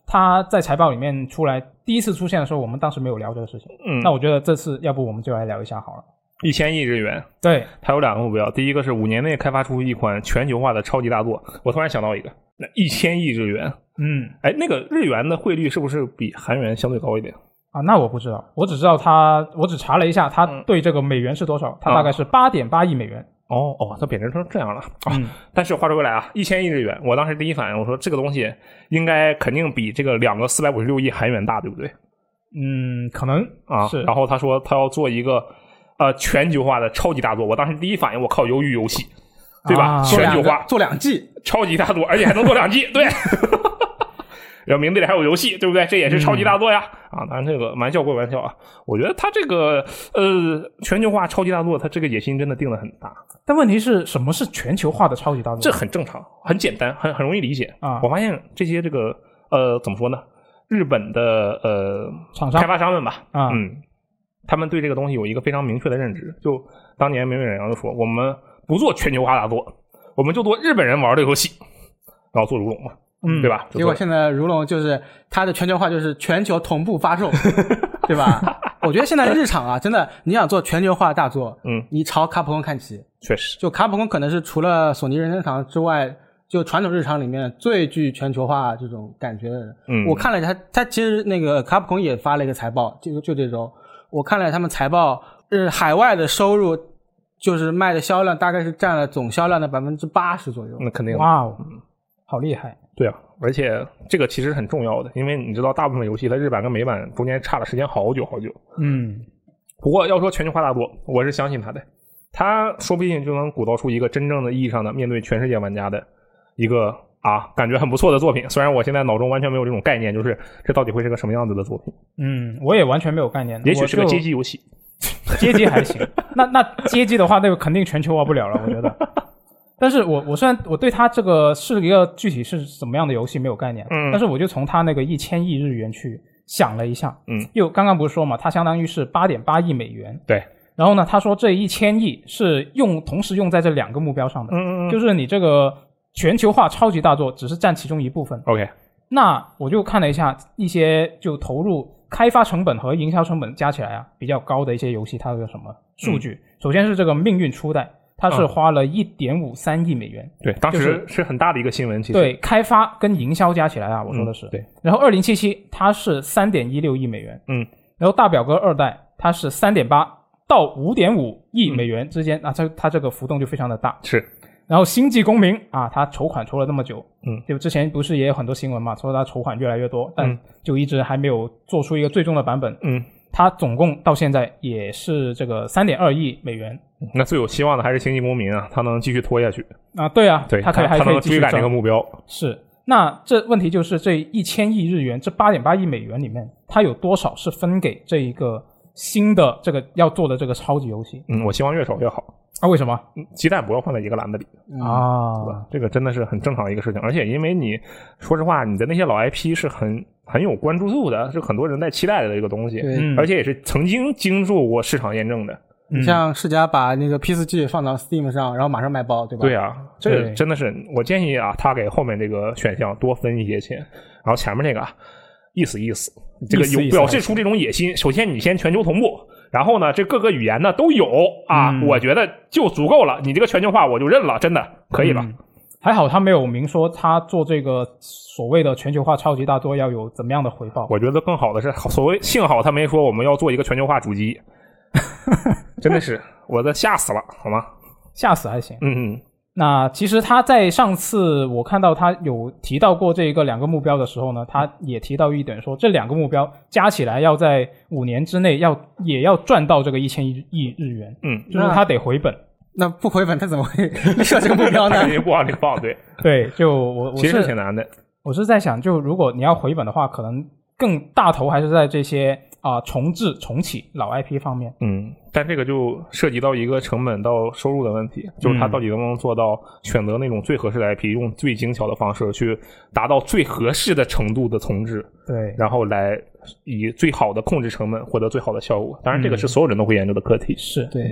Speaker 2: 他在财报里面出来第一次出现的时候，我们当时没有聊这个事情。嗯，那我觉得这次要不我们就来聊一下好了。
Speaker 3: 一千亿日元，
Speaker 2: 对，
Speaker 3: 它有两个目标，第一个是五年内开发出一款全球化的超级大作。我突然想到一个，那一千亿日元，
Speaker 2: 嗯，
Speaker 3: 哎，那个日元的汇率是不是比韩元相对高一点
Speaker 2: 啊？那我不知道，我只知道它，我只查了一下，它对这个美元是多少，它大概是八点八亿美元。
Speaker 3: 哦哦，它贬值成这样了啊！
Speaker 2: 嗯、
Speaker 3: 但是话说回来啊，一千亿日元，我当时第一反应，我说这个东西应该肯定比这个两个四百五十六亿韩元大，对不对？
Speaker 2: 嗯，可能
Speaker 3: 啊。
Speaker 2: 是。
Speaker 3: 然后他说他要做一个呃全球化的超级大作，我当时第一反应，我靠，鱿鱼游戏，对吧？
Speaker 2: 啊、
Speaker 3: 全球化
Speaker 4: 做两季，
Speaker 3: 超级大作，而且还能做两季，对。然后名字里还有游戏，对不对？这也是超级大作呀！嗯、啊，当然这个玩笑归玩笑啊，我觉得他这个呃全球化超级大作，他这个野心真的定得很大。
Speaker 2: 但问题是什么是全球化的超级大作？
Speaker 3: 这很正常，很简单，很很容易理解
Speaker 2: 啊。
Speaker 3: 我发现这些这个呃怎么说呢？日本的呃
Speaker 2: 厂商
Speaker 3: 开发商们吧，
Speaker 2: 啊，
Speaker 3: 嗯，他们对这个东西有一个非常明确的认知。就当年明美忍阳就说，我们不做全球化大作，我们就做日本人玩的游戏，然后做如龙嘛。嗯，对吧？
Speaker 4: 结果现在如龙就是它的全球化，就是全球同步发售，对吧？我觉得现在日常啊，真的，你想做全球化大作，
Speaker 3: 嗯，
Speaker 4: 你朝卡普空看齐，
Speaker 3: 确实，
Speaker 4: 就卡普空可能是除了索尼任天堂之外，就传统日常里面最具全球化这种感觉的人。
Speaker 3: 嗯，
Speaker 4: 我看了他，他其实那个卡普空也发了一个财报，就就这周，我看了他们财报，是海外的收入，就是卖的销量大概是占了总销量的百分之八十左右。
Speaker 3: 那肯定，
Speaker 2: 哇哦，好厉害。
Speaker 3: 对啊，而且这个其实很重要的，因为你知道大部分游戏它日版跟美版中间差的时间好久好久。
Speaker 2: 嗯，
Speaker 3: 不过要说全球化大作，我是相信他的，他说不定就能鼓捣出一个真正的意义上的面对全世界玩家的一个啊感觉很不错的作品。虽然我现在脑中完全没有这种概念，就是这到底会是个什么样子的作品。
Speaker 2: 嗯，我也完全没有概念，
Speaker 3: 也许是个街机游戏。
Speaker 2: 街机还行，那那街机的话，那个肯定全球化不了了，我觉得。但是我我虽然我对它这个是一个具体是什么样的游戏没有概念，
Speaker 3: 嗯，
Speaker 2: 但是我就从它那个一千亿日元去想了一下，
Speaker 3: 嗯，
Speaker 2: 又刚刚不是说嘛，它相当于是八点八亿美元，
Speaker 3: 对。
Speaker 2: 然后呢，他说这一千亿是用同时用在这两个目标上的，
Speaker 3: 嗯嗯嗯，
Speaker 2: 就是你这个全球化超级大作只是占其中一部分。
Speaker 3: OK，
Speaker 2: 那我就看了一下一些就投入开发成本和营销成本加起来啊比较高的一些游戏，它有什么数据？嗯、首先是这个命运初代。它是花了 一点五三亿美元、
Speaker 3: 嗯、对，当时是很大的一个新闻。其实
Speaker 2: 对，开发跟营销加起来啊，我说的是、
Speaker 3: 嗯、对。
Speaker 2: 然后二零七七它是 三点一六亿美元，
Speaker 3: 嗯，
Speaker 2: 然后大表哥二代它是 三点八到五点五亿美元之间、嗯、啊，这它这个浮动就非常的大。
Speaker 3: 是。
Speaker 2: 然后星际公民啊，它筹款筹了那么久，
Speaker 3: 嗯，
Speaker 2: 就之前不是也有很多新闻嘛，说它筹款越来越多，但就一直还没有做出一个最终的版本，
Speaker 3: 嗯。
Speaker 2: 它总共到现在也是这个 三点二亿美元。
Speaker 3: 那最有希望的还是星际公民啊，他能继续拖下去
Speaker 2: 啊。对啊，
Speaker 3: 对，
Speaker 2: 他可以还可以继续
Speaker 3: 追赶这个目标。
Speaker 2: 是，那这问题就是这一千亿日元，这 八点八亿美元里面，它有多少是分给这一个新的这个要做的这个超级游戏？
Speaker 3: 嗯，我希望越少越好。
Speaker 2: 啊，为什么？
Speaker 3: 鸡蛋不要放在一个篮子里
Speaker 2: 啊，
Speaker 3: 对吧？这个真的是很正常的一个事情，而且因为你说实话，你的那些老 I P 是很很有关注度的，是很多人在期待的一个东西，
Speaker 2: 嗯、
Speaker 3: 而且也是曾经经受过市场验证的。
Speaker 4: 你像世嘉把那个 P 四 G 放到 Steam 上，然后马上卖包，对吧？
Speaker 3: 对啊，这真的是我建议啊，他给后面这个选项多分一些钱，然后前面这个意思意思，这个有表示出这种野心。首先你先全球同步，然后呢，这各个语言呢都有啊、嗯，我觉得就足够了。你这个全球化我就认了，真的可以吧？
Speaker 2: 嗯、还好他没有明说他做这个所谓的全球化超级大作要有怎么样的回报。
Speaker 3: 我觉得更好的是，所谓幸好他没说我们要做一个全球化主机。真的是我的吓死了，好吗？
Speaker 2: 吓死还行。
Speaker 3: 嗯嗯。
Speaker 2: 那其实他在上次我看到他有提到过这个两个目标的时候呢，他也提到一点说，这两个目标加起来要在五年之内要也要赚到这个一千亿日元。
Speaker 3: 嗯，
Speaker 2: 就是他得回本。
Speaker 4: 那不回本他怎么会设这个目标呢？
Speaker 3: 肯定不往里放，对
Speaker 2: 对，就我我
Speaker 3: 其实挺难的。
Speaker 2: 我是在想，就如果你要回本的话，可能更大头还是在这些啊、呃、重置重启老 I P 方面。
Speaker 3: 嗯，但这个就涉及到一个成本到收入的问题，就是他到底能不能做到选择那种最合适的 I P，、嗯、用最精巧的方式去达到最合适的程度的重置，
Speaker 2: 对，
Speaker 3: 然后来以最好的控制成本获得最好的效果。当然，这个是所有人都会研究的课题。
Speaker 2: 是
Speaker 4: 对。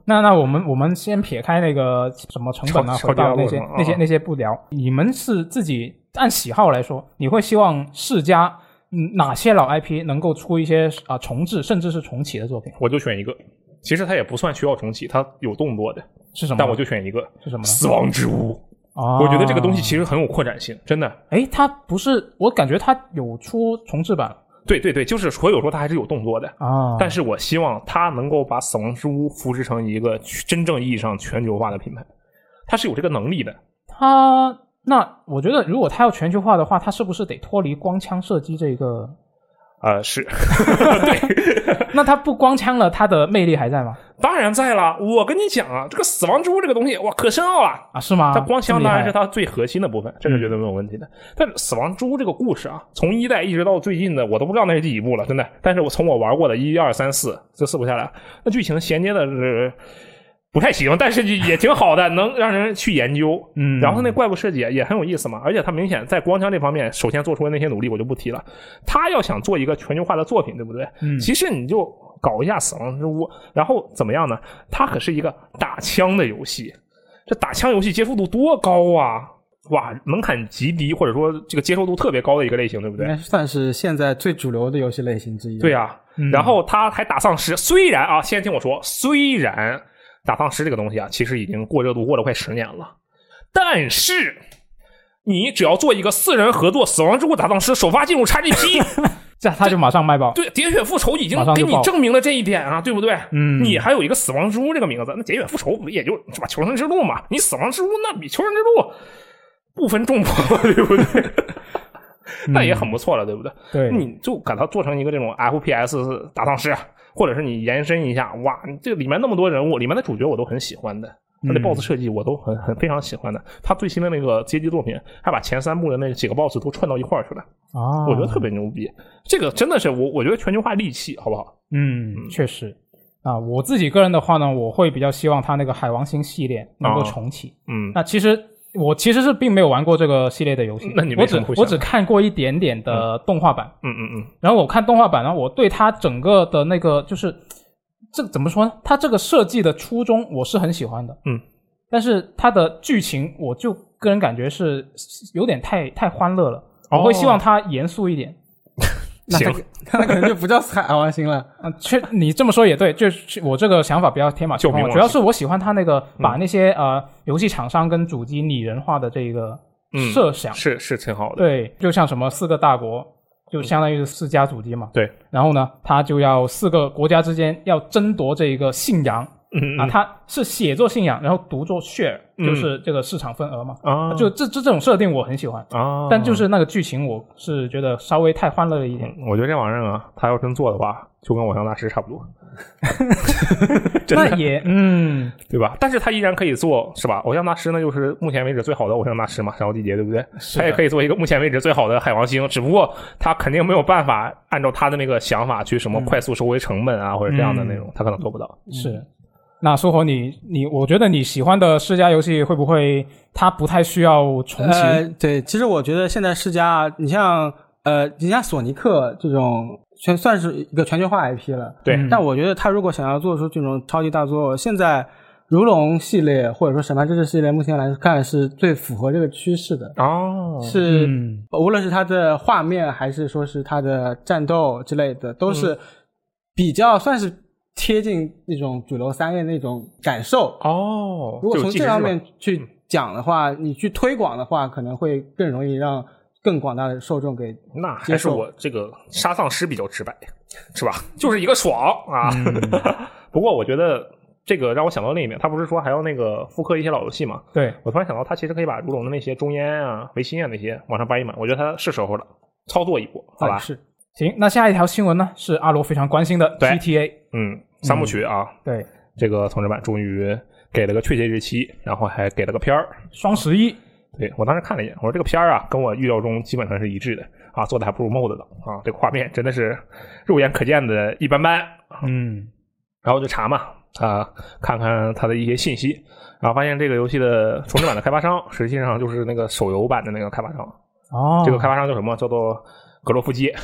Speaker 2: 那那我们我们先撇开那个什么成本啊、回报那些、啊、那些那些不聊，你们是自己按喜好来说，你会希望世嘉嗯哪些老 I P 能够出一些啊、呃、重置甚至是重启的作品？
Speaker 3: 我就选一个，其实它也不算需要重启，它有动作的，
Speaker 2: 是什么？
Speaker 3: 但我就选一个，
Speaker 2: 是什么呢？
Speaker 3: 死亡之屋。哦、我觉得这个东西其实很有扩展性，真的。
Speaker 2: 诶，它不是，我感觉它有出重置版。
Speaker 3: 对对对，就是所以我说它还是有动作的
Speaker 2: 啊，
Speaker 3: 但是我希望它能够把死亡之屋扶持成一个真正意义上全球化的品牌，它是有这个能力的。
Speaker 2: 它那我觉得如果它要全球化的话，它是不是得脱离光枪射击这个？
Speaker 3: 呃，是，对。
Speaker 2: 那它不光枪了，它的魅力还在吗？
Speaker 3: 当然在了。我跟你讲啊，这个死亡之屋这个东西，哇，可深奥了
Speaker 2: 啊！是吗？
Speaker 3: 它光枪当然是它最核心的部分，这是绝对没有问题的。嗯、但死亡之屋这个故事啊，从一代一直到最近的，我都不知道那是第几部了，真的。但是我从我玩过的一二三四这四部下来，那剧情衔接的是不太行，但是也挺好的，能让人去研究。嗯，然后那怪物设计也很有意思嘛，而且他明显在光枪这方面，首先做出的那些努力我就不提了。他要想做一个全球化的作品，对不对？嗯，其实你就搞一下死亡之屋，然后怎么样呢？它可是一个打枪的游戏，这打枪游戏接受度多高啊！哇，门槛极低，或者说这个接受度特别高的一个类型，对不对？
Speaker 4: 应该算是现在最主流的游戏类型之一。
Speaker 3: 对啊，嗯、然后他还打丧尸，虽然啊，先听我说，虽然打丧尸这个东西啊，其实已经过热度过了快十年了，但是你只要做一个四人合作死亡之屋打丧尸，首发进入 X G P
Speaker 2: 这他就马上卖爆。
Speaker 3: 对，喋血复仇已经给你证明了这一点啊，对不对？嗯，你还有一个死亡之屋这个名字，那喋血复仇不也就是吧？求生之路嘛，你死亡之屋那比求生之路不分众颇，对不对？那也很不错了，对不对？
Speaker 2: 对，
Speaker 3: 你就把它做成一个这种 F P S 打丧尸，或者是你延伸一下，哇，这里面那么多人物，里面的主角我都很喜欢的。他的 boss 设计我都很很非常喜欢的，他最新的那个街机作品还把前三部的那几个 boss 都串到一块儿去了啊，我觉得特别牛逼。这个真的是我我觉得全球化利器，好不好？
Speaker 2: 嗯，确实啊。我自己个人的话呢，我会比较希望他那个海王星系列能够重启。啊、嗯，那其实我其实是并没有玩过这个系列的游戏，
Speaker 3: 那你
Speaker 2: 我只我只看过一点点的动画版。
Speaker 3: 嗯嗯嗯。
Speaker 2: 然后我看动画版呢，我对他整个的那个就是。这怎么说呢？它这个设计的初衷我是很喜欢的，
Speaker 3: 嗯，
Speaker 2: 但是它的剧情我就个人感觉是有点太太欢乐了，哦、我会希望它严肃一点。
Speaker 3: 行，
Speaker 4: 那可能就不叫海王星了。
Speaker 2: 嗯，确你这么说也对，就是我这个想法比较天马行空，主要是我喜欢它那个把那些、嗯、呃游戏厂商跟主机拟人化的这个设想，
Speaker 3: 嗯、是是挺好的。
Speaker 2: 对，就像什么四个大国。就相当于是四家主机嘛，
Speaker 3: 对。
Speaker 2: 然后呢，他就要四个国家之间要争夺这一个信仰，
Speaker 3: 嗯嗯
Speaker 2: 啊，他是写作信仰，然后读作 share，、嗯、就是这个市场份额嘛。
Speaker 3: 啊，
Speaker 2: 就这这这种设定我很喜欢
Speaker 3: 啊，
Speaker 2: 但就是那个剧情我是觉得稍微太欢乐了一点。
Speaker 3: 嗯、我觉得这玩意儿啊，他要真做的话，就跟偶像大师差不多。
Speaker 2: 那也嗯，
Speaker 3: 对吧？但是他依然可以做，是吧？偶像大师呢，就是目前为止最好的偶像大师嘛，闪耀季节，对不对？他也可以做一个目前为止最好的海王星，只不过他肯定没有办法按照他的那个想法去什么快速收回成本啊，嗯、或者这样的那种，他可能做不到。
Speaker 2: 是。那苏火你你我觉得你喜欢的世嘉游戏会不会它不太需要重启？
Speaker 4: 呃，对，其实我觉得现在世嘉，你像呃，你像索尼克这种全算是一个全球化 I P 了，
Speaker 3: 对。
Speaker 4: 但我觉得他如果想要做出这种超级大作，现在如龙系列或者说审判之志系列，目前来看是最符合这个趋势的。
Speaker 3: 哦，
Speaker 4: 是、
Speaker 2: 嗯、
Speaker 4: 无论是它的画面还是说是它的战斗之类的，都是比较算是贴近那种主流三 A 那种感受
Speaker 3: 哦。
Speaker 4: 如果从这方面去讲的话，你去推广的话，可能会更容易让更广大的受众给接受。
Speaker 3: 那还是我这个杀丧尸比较直白，是吧？就是一个爽啊。嗯、不过我觉得这个让我想到另一面，他不是说还要那个复刻一些老游戏吗？
Speaker 2: 对，
Speaker 3: 我突然想到，他其实可以把如龙的那些中烟啊、维新啊那些往上搬一搬，我觉得他是时候了，操作一波，好吧？
Speaker 2: 是。行，那下一条新闻呢是阿罗非常关心的 G T A，
Speaker 3: 嗯，三部曲啊，
Speaker 2: 嗯、对，
Speaker 3: 这个重置版终于给了个确切日期，然后还给了个片儿，
Speaker 2: 双十一。
Speaker 3: 对，我当时看了一眼，我说这个片儿啊，跟我预料中基本上是一致的啊，做的还不如 mod 的啊，这个画面真的是肉眼可见的一般般，
Speaker 2: 嗯，
Speaker 3: 然后就查嘛，啊，看看它的一些信息，然后发现这个游戏的重置版的开发商实际上就是那个手游版的那个开发商，
Speaker 2: 哦，
Speaker 3: 这个开发商叫什么？叫做格洛夫街。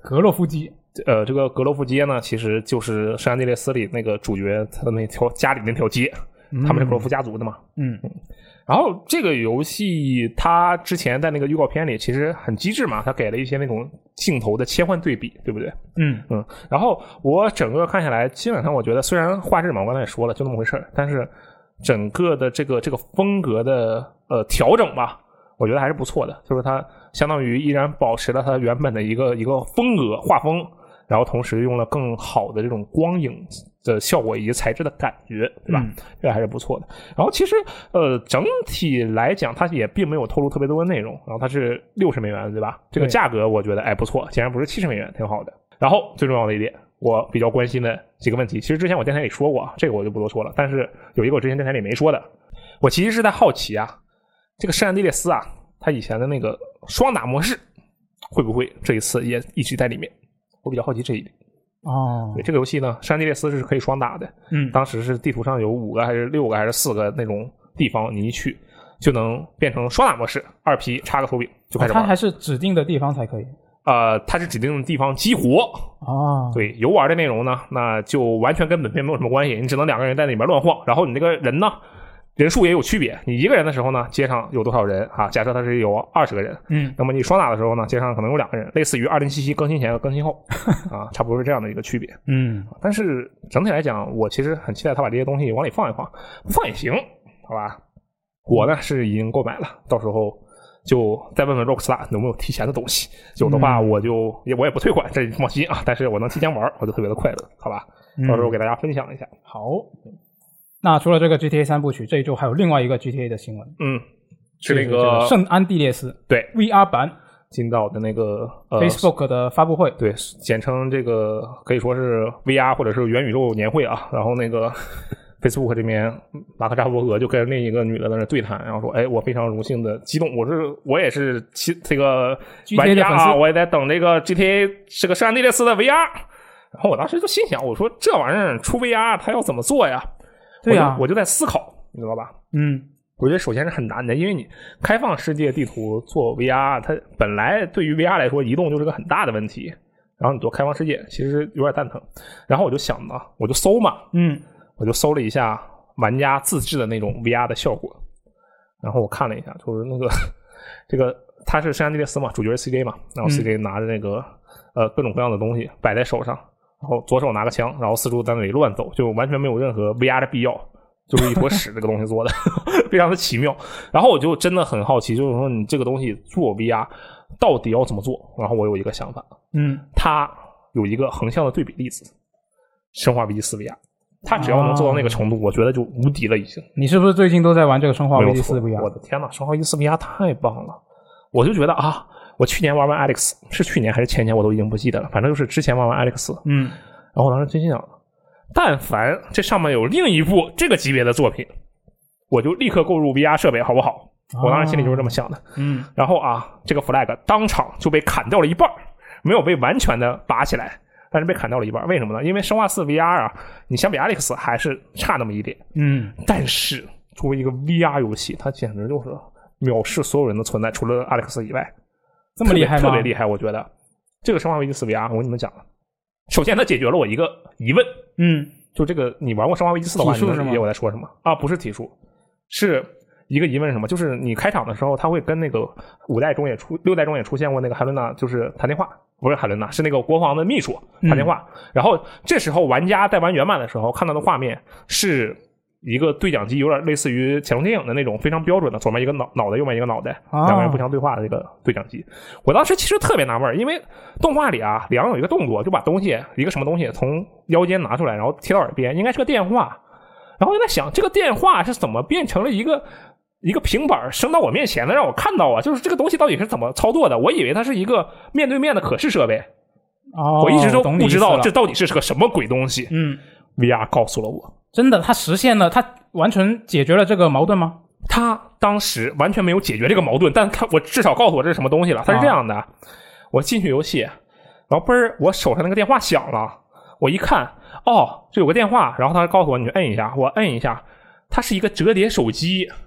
Speaker 2: 格洛夫街。
Speaker 3: 呃，这个格洛夫街呢，其实就是圣安地列斯里那个主角他的那条家里那条街，嗯、他们是格洛夫家族的嘛。嗯。然后这个游戏它之前在那个预告片里其实很机智嘛，它给了一些那种镜头的切换对比，对不对？
Speaker 2: 嗯
Speaker 3: 嗯。然后我整个看下来，基本上我觉得虽然画质嘛，我刚才也说了就那么回事，但是整个的这个这个风格的呃调整吧，我觉得还是不错的，就是它相当于依然保持了它原本的一个一个风格画风。然后同时用了更好的这种光影的效果以及材质的感觉，对吧？嗯、这还是不错的。然后其实呃整体来讲，它也并没有透露特别多的内容。然后它是六十美元，对吧？这个价格我觉得哎不错，竟然不是七十美元，挺好的。然后最重要的一点，我比较关心的几个问题，其实之前我电台里说过，这个我就不多说了。但是有一个我之前电台里没说的，我其实是在好奇啊，这个圣安地列斯啊，它以前的那个双打模式会不会这一次也一直在里面？我比较好奇这一点。
Speaker 2: 哦，
Speaker 3: 对，这个游戏呢，圣安地列斯是可以双打的。嗯，当时是地图上有五个还是六个还是四个那种地方，你一去就能变成双打模式，二 P 插个手柄就开始玩。
Speaker 2: 哦、它还是指定的地方才可以。
Speaker 3: 呃，它是指定的地方激活。
Speaker 2: 哦，
Speaker 3: 对，游玩的内容呢，那就完全跟本片没有什么关系，你只能两个人在里面乱晃，然后你这个人呢。人数也有区别，你一个人的时候呢，街上有多少人啊？假设他是有二十个人，
Speaker 2: 嗯，
Speaker 3: 那么你双打的时候呢，街上可能有两个人，类似于二零七七更新前和更新后啊，差不多是这样的一个区别，
Speaker 2: 嗯。
Speaker 3: 但是整体来讲，我其实很期待他把这些东西往里放一放，不放也行，好吧？我呢是已经购买了，到时候就再问问 Rockstar 有没有提前的东西，有的话我就也我也不退款，这你放心啊。但是我能提前玩，我就特别的快乐，好吧？到时候给大家分享一下。
Speaker 2: 好。那除了这个 G T A 三部曲，这一周还有另外一个 G T A 的新闻，
Speaker 3: 嗯，是那个
Speaker 2: 圣安地列斯
Speaker 3: 对
Speaker 2: V R 版
Speaker 3: 进到的那个、
Speaker 2: 呃、Facebook 的发布会，
Speaker 3: 对，简称这个可以说是 V R 或者是元宇宙年会啊。然后那个 Facebook 这边马克扎克伯格就跟另一个女的在那对谈，然后说：“哎，我非常荣幸的激动，我是我也是其这个玩家啊，我也在等这个 G T A 是个圣安地列斯的 V R。”然后我当时就心想，我说这玩意儿出 V R 他要怎么做呀？
Speaker 2: 对呀、啊，
Speaker 3: 我就在思考，你知道吧？
Speaker 2: 嗯，
Speaker 3: 我觉得首先是很难的，因为你开放世界地图做 V R， 它本来对于 V R 来说，移动就是个很大的问题。然后你做开放世界，其实有点蛋疼。然后我就想呢，我就搜嘛，
Speaker 2: 嗯，
Speaker 3: 我就搜了一下玩家自制的那种 V R 的效果。然后我看了一下，就是那个这个他是圣安地列斯嘛，主角是 C J 嘛，然后 C J 拿着那个、嗯、呃各种各样的东西摆在手上。然后左手拿个枪，然后四处在那里乱走，就完全没有任何 V R 的必要，就是一坨屎这个东西做的非常的奇妙。然后我就真的很好奇，就是说你这个东西做 V R 到底要怎么做。然后我有一个想法，
Speaker 2: 嗯，
Speaker 3: 它有一个横向的对比例子，生化危机四 V R， 它只要能做到那个程度、哦、我觉得就无敌了已经。
Speaker 2: 你是不是最近都在玩这个生化危机四 V R？
Speaker 3: 我的天哪，生化危机四 V R 太棒了。我就觉得啊，我去年玩完 Alex， 是去年还是前年我都已经不记得了，反正就是之前玩完 Alex，
Speaker 2: 嗯，
Speaker 3: 然后我当时真心想，但凡这上面有另一部这个级别的作品，我就立刻购入 V R 设备，好不好？我当时心里就是这么想的。
Speaker 2: 嗯，
Speaker 3: 然后啊，这个 flag 当场就被砍掉了一半，没有被完全的拔起来，但是被砍掉了一半。为什么呢？因为生化四 V R 啊，你相比 Alex 还是差那么一点。
Speaker 2: 嗯，
Speaker 3: 但是作为一个 V R 游戏，它简直就是藐视所有人的存在，除了 Alex 以外。
Speaker 2: 这么厉害吗？
Speaker 3: 特别厉害，我觉得这个生化危机四 V R 我跟你们讲了，首先它解决了我一个疑问，
Speaker 2: 嗯，
Speaker 3: 就这个你玩过生化危机四的话，
Speaker 2: 你
Speaker 3: 理解我在说什么啊？不是体术，是一个疑问是什么？就是你开场的时候，他会跟那个五代中也出六代中也出现过那个海伦娜，就是谈电话，不是海伦娜，是那个国防的秘书谈电话、嗯、然后这时候玩家在玩原版的时候看到的画面是一个对讲机，有点类似于潜龙谍影的那种非常标准的，左面一个脑脑袋，右面一个脑袋，两个人不相对话的这个对讲机。我当时其实特别纳闷，因为动画里啊，梁有一个动作，就把东西一个什么东西从腰间拿出来，然后贴到耳边，应该是个电话。然后我在想，这个电话是怎么变成了一个一个平板升到我面前的，让我看到啊？就是这个东西到底是怎么操作的？我以为它是一个面对面的可视设备，
Speaker 2: 哦，
Speaker 3: 我一直都不知道这到底是个什么鬼东西。
Speaker 2: 嗯
Speaker 3: ，V R 告诉了我。
Speaker 2: 真的，它实现了，它完全解决了这个矛盾吗？
Speaker 3: 他当时完全没有解决这个矛盾，但他我至少告诉我这是什么东西了。他是这样的，啊、我进去游戏，然后嘣儿，我手上那个电话响了，我一看，哦，这有个电话，然后他告诉我你去摁一下，我摁一下，它是一个折叠手机。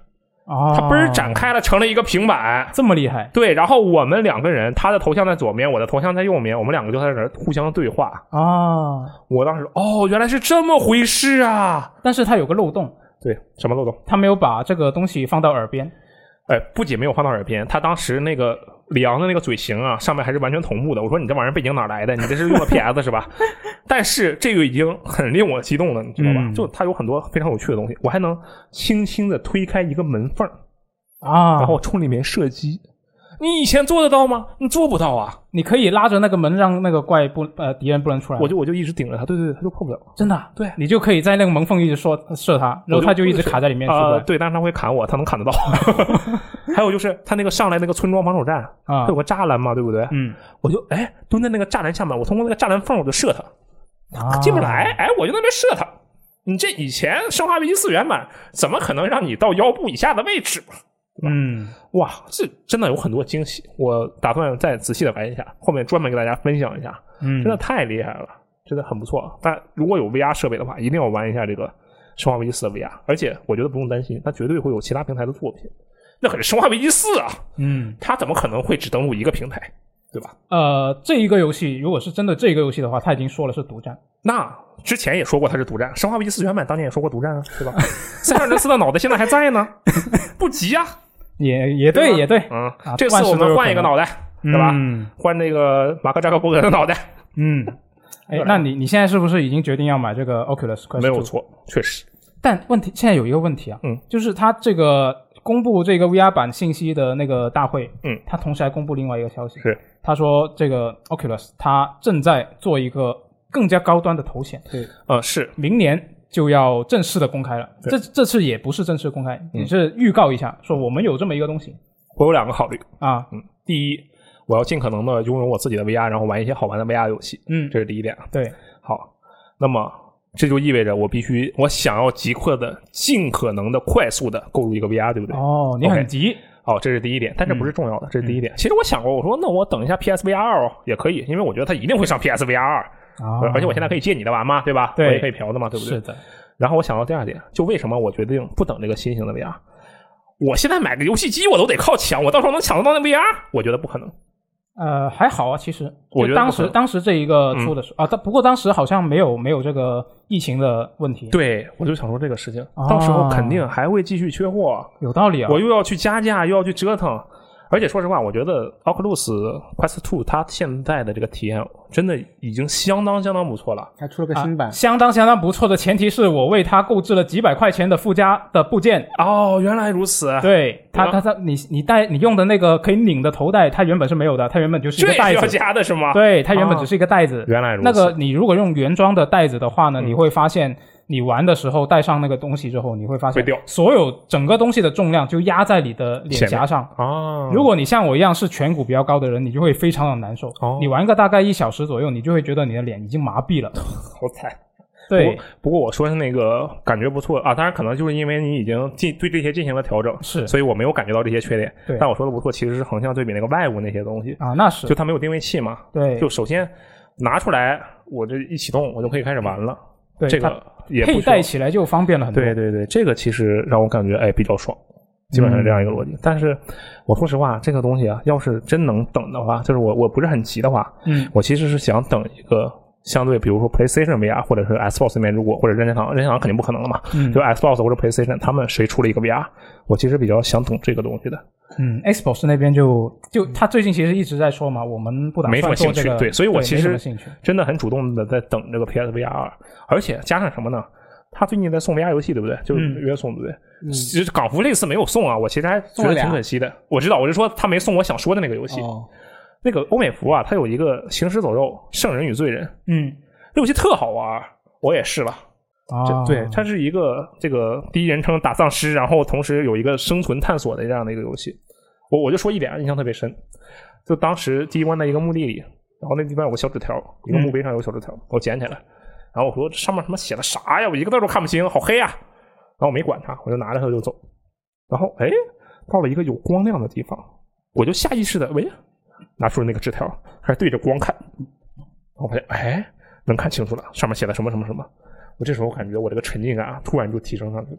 Speaker 2: 哦，
Speaker 3: 它嘣儿展开了，成了一个平板，
Speaker 2: 这么厉害。
Speaker 3: 对，然后我们两个人，他的头像在左边，我的头像在右边，我们两个就在这儿互相对话。
Speaker 2: 啊，
Speaker 3: 我当时哦，原来是这么回事啊！
Speaker 2: 但是它有个漏洞。
Speaker 3: 对，什么漏洞？
Speaker 2: 他没有把这个东西放到耳边。
Speaker 3: 哎，不仅没有放到耳边，他当时那个里昂的那个嘴型啊，上面还是完全同步的。我说你这玩意儿背景哪来的？你这是用的 P S 是吧？但是这个已经很令我激动了，你知道吧？嗯、就它有很多非常有趣的东西，我还能轻轻的推开一个门缝
Speaker 2: 啊，
Speaker 3: 然后冲里面射击。你以前做得到吗？你做不到啊！
Speaker 2: 你可以拉着那个门，让那个怪不呃敌人不能出来。
Speaker 3: 我就我就一直顶着他，对对对，他就破不了。
Speaker 2: 真的、啊？
Speaker 3: 对，
Speaker 2: 你就可以在那个门缝一直说射他，然后他就一直卡在里面出不来、
Speaker 3: 呃。对，但是他会砍我，他能砍得到。还有就是他那个上来那个村庄防守站啊，他有个栅栏嘛，对不对？
Speaker 2: 嗯，
Speaker 3: 我就哎蹲在那个栅栏下面，我通过那个栅栏缝我就射他，
Speaker 2: 啊、
Speaker 3: 进不来，哎，我就在那边射他。你这以前生化危机四原版怎么可能让你到腰部以下的位置？
Speaker 2: 嗯，
Speaker 3: 哇，这真的有很多惊喜，我打算再仔细的玩一下，后面专门给大家分享一下。
Speaker 2: 嗯，
Speaker 3: 真的太厉害了，真的很不错。但如果有 V R 设备的话，一定要玩一下这个生化危机四的 V R， 而且我觉得不用担心，它绝对会有其他平台的作品。那可是生化危机四啊，
Speaker 2: 嗯，
Speaker 3: 它怎么可能会只登陆一个平台，对吧？
Speaker 2: 呃，这一个游戏如果是针对这个游戏的话，它已经说了是独占。
Speaker 3: 那之前也说过它是独占，生化危机四原版当年也说过独占啊，对吧？塞尔德斯的脑袋现在还在呢，不急啊。
Speaker 2: 也也对，也对，
Speaker 3: 嗯、
Speaker 2: 啊，
Speaker 3: 这次我们换一个脑袋，对吧？
Speaker 2: 嗯，
Speaker 3: 换那个马克扎克伯格的脑袋。
Speaker 2: 嗯，哎，那你你现在是不是已经决定要买这个 Oculus Quest
Speaker 3: 没有错，确实。
Speaker 2: 但问题现在有一个问题啊，
Speaker 3: 嗯，
Speaker 2: 就是他这个公布这个 V R 版信息的那个大会，
Speaker 3: 嗯，
Speaker 2: 他同时还公布另外一个消息，
Speaker 3: 是
Speaker 2: 他说这个 Oculus 他正在做一个更加高端的头显，
Speaker 3: 对，呃，是
Speaker 2: 明年就要正式的公开了。这这次也不是正式公开，也是预告一下，说我们有这么一个东西。
Speaker 3: 我有两个考虑
Speaker 2: 啊，
Speaker 3: 嗯，第一，我要尽可能的拥有我自己的 V R， 然后玩一些好玩的 V R 游戏，
Speaker 2: 嗯，
Speaker 3: 这是第一点。
Speaker 2: 对，
Speaker 3: 好，那么这就意味着我必须，我想要即刻的、尽可能的快速的购入一个 V R， 对不对？
Speaker 2: 哦，你很急。
Speaker 3: Okay. 哦，这是第一点，但这不是重要的，嗯、这是第一点。其实我想过，我说那我等一下 P S V R 哦也可以，因为我觉得它一定会上 P S V R。
Speaker 2: 哦、
Speaker 3: 而且我现在可以借你的玩嘛，对吧？
Speaker 2: 对，
Speaker 3: 我也可以嫖的嘛，对不对？
Speaker 2: 是的。
Speaker 3: 然后我想到第二点，就为什么我决定不等这个新型的 V R？ 我现在买个游戏机我都得靠抢，我到时候能抢得到那 V R？ 我觉得不可能。
Speaker 2: 呃，还好啊，其实
Speaker 3: 我觉得
Speaker 2: 当时当时这一个出的时候、嗯、啊，不过当时好像没有没有这个疫情的问题。
Speaker 3: 对，我就想说这个事情，哦、到时候肯定还会继续缺货。
Speaker 2: 有道理啊！
Speaker 3: 我又要去加价，又要去折腾。而且说实话，我觉得 Oculus Quest 二它现在的这个体验真的已经相当相当不错了。
Speaker 4: 还出了个新版、
Speaker 2: 啊，相当相当不错的前提是我为它购置了几百块钱的附加的部件。
Speaker 3: 哦，原来如此。
Speaker 2: 对，它它它，你你带你用的那个可以拧的头带，它原本是没有的，它原本就是一个袋子。
Speaker 3: 这需要加的是吗？
Speaker 2: 对，它原本只是一个袋子。
Speaker 3: 哦、原来如此。
Speaker 2: 那个你如果用原装的袋子的话呢，嗯、你会发现。你玩的时候带上那个东西之后，你会发现所有整个东西的重量就压在你的脸颊上
Speaker 3: 啊。
Speaker 2: 如果你像我一样是颧骨比较高的人，你就会非常的难受。
Speaker 3: 哦、
Speaker 2: 你玩个大概一小时左右，你就会觉得你的脸已经麻痹了。
Speaker 3: 好惨。
Speaker 2: 对，
Speaker 3: 不过, 不过我说的那个感觉不错啊，当然可能就是因为你已经进对这些进行了调整，
Speaker 2: 是，
Speaker 3: 所以我没有感觉到这些缺点。
Speaker 2: 对，
Speaker 3: 但我说的不错，其实是横向对比那个外部那些东西
Speaker 2: 啊，那是，
Speaker 3: 就它没有定位器嘛。
Speaker 2: 对，
Speaker 3: 就首先拿出来，我这一启动，我就可以开始玩了。
Speaker 2: 对，
Speaker 3: 这个也
Speaker 2: 佩戴起来就方便了很多。
Speaker 3: 对对对，这个其实让我感觉哎比较爽，基本上是这样一个逻辑。嗯、但是我说实话，这个东西啊，要是真能等的话，就是我我不是很急的话，
Speaker 2: 嗯，
Speaker 3: 我其实是想等一个相对，比如说 PlayStation V R 或者是 Xbox 里面，如果或者任天堂，任天堂肯定不可能了嘛，
Speaker 2: 嗯，
Speaker 3: 就 Xbox 或者 PlayStation 他们谁出了一个 V R， 我其实比较想等这个东西的。
Speaker 2: 嗯 ，Xbox 那边就就他最近其实一直在说嘛，我们不打算做这个，
Speaker 3: 没什么兴趣，对，所以我其实
Speaker 2: 兴趣
Speaker 3: 真的很主动的在等这个 P S V R， 而且加上什么呢？他最近在送 V R 游戏，对不对？就是约送，对不对？
Speaker 4: 嗯，
Speaker 3: 其实港服类似没有送啊，我其实还觉得挺可惜的。我知道，我是说他没送我想说的那个游戏。
Speaker 4: 哦，
Speaker 3: 那个欧美服啊，它有一个行尸走肉、圣人与罪人，
Speaker 2: 嗯，
Speaker 3: 这游戏特好玩，我也试了。
Speaker 2: 啊，
Speaker 3: 对，它是一个这个第一人称打丧尸，然后同时有一个生存探索的这样的一个游戏。我我就说一点印象特别深，就当时第一关在一个墓地里，然后那地方有个小纸条，一个墓碑上有个小纸条，嗯、我捡起来，然后我说这上面什么写的啥呀？我一个字都看不清，好黑啊！然后我没管它，我就拿着它就走。然后哎，到了一个有光亮的地方，我就下意识的喂，拿出了那个纸条，开始对着光看。然后我发现哎，能看清楚了，上面写的什么什么什么。我这时候感觉我这个沉浸感啊，突然就提升上去了。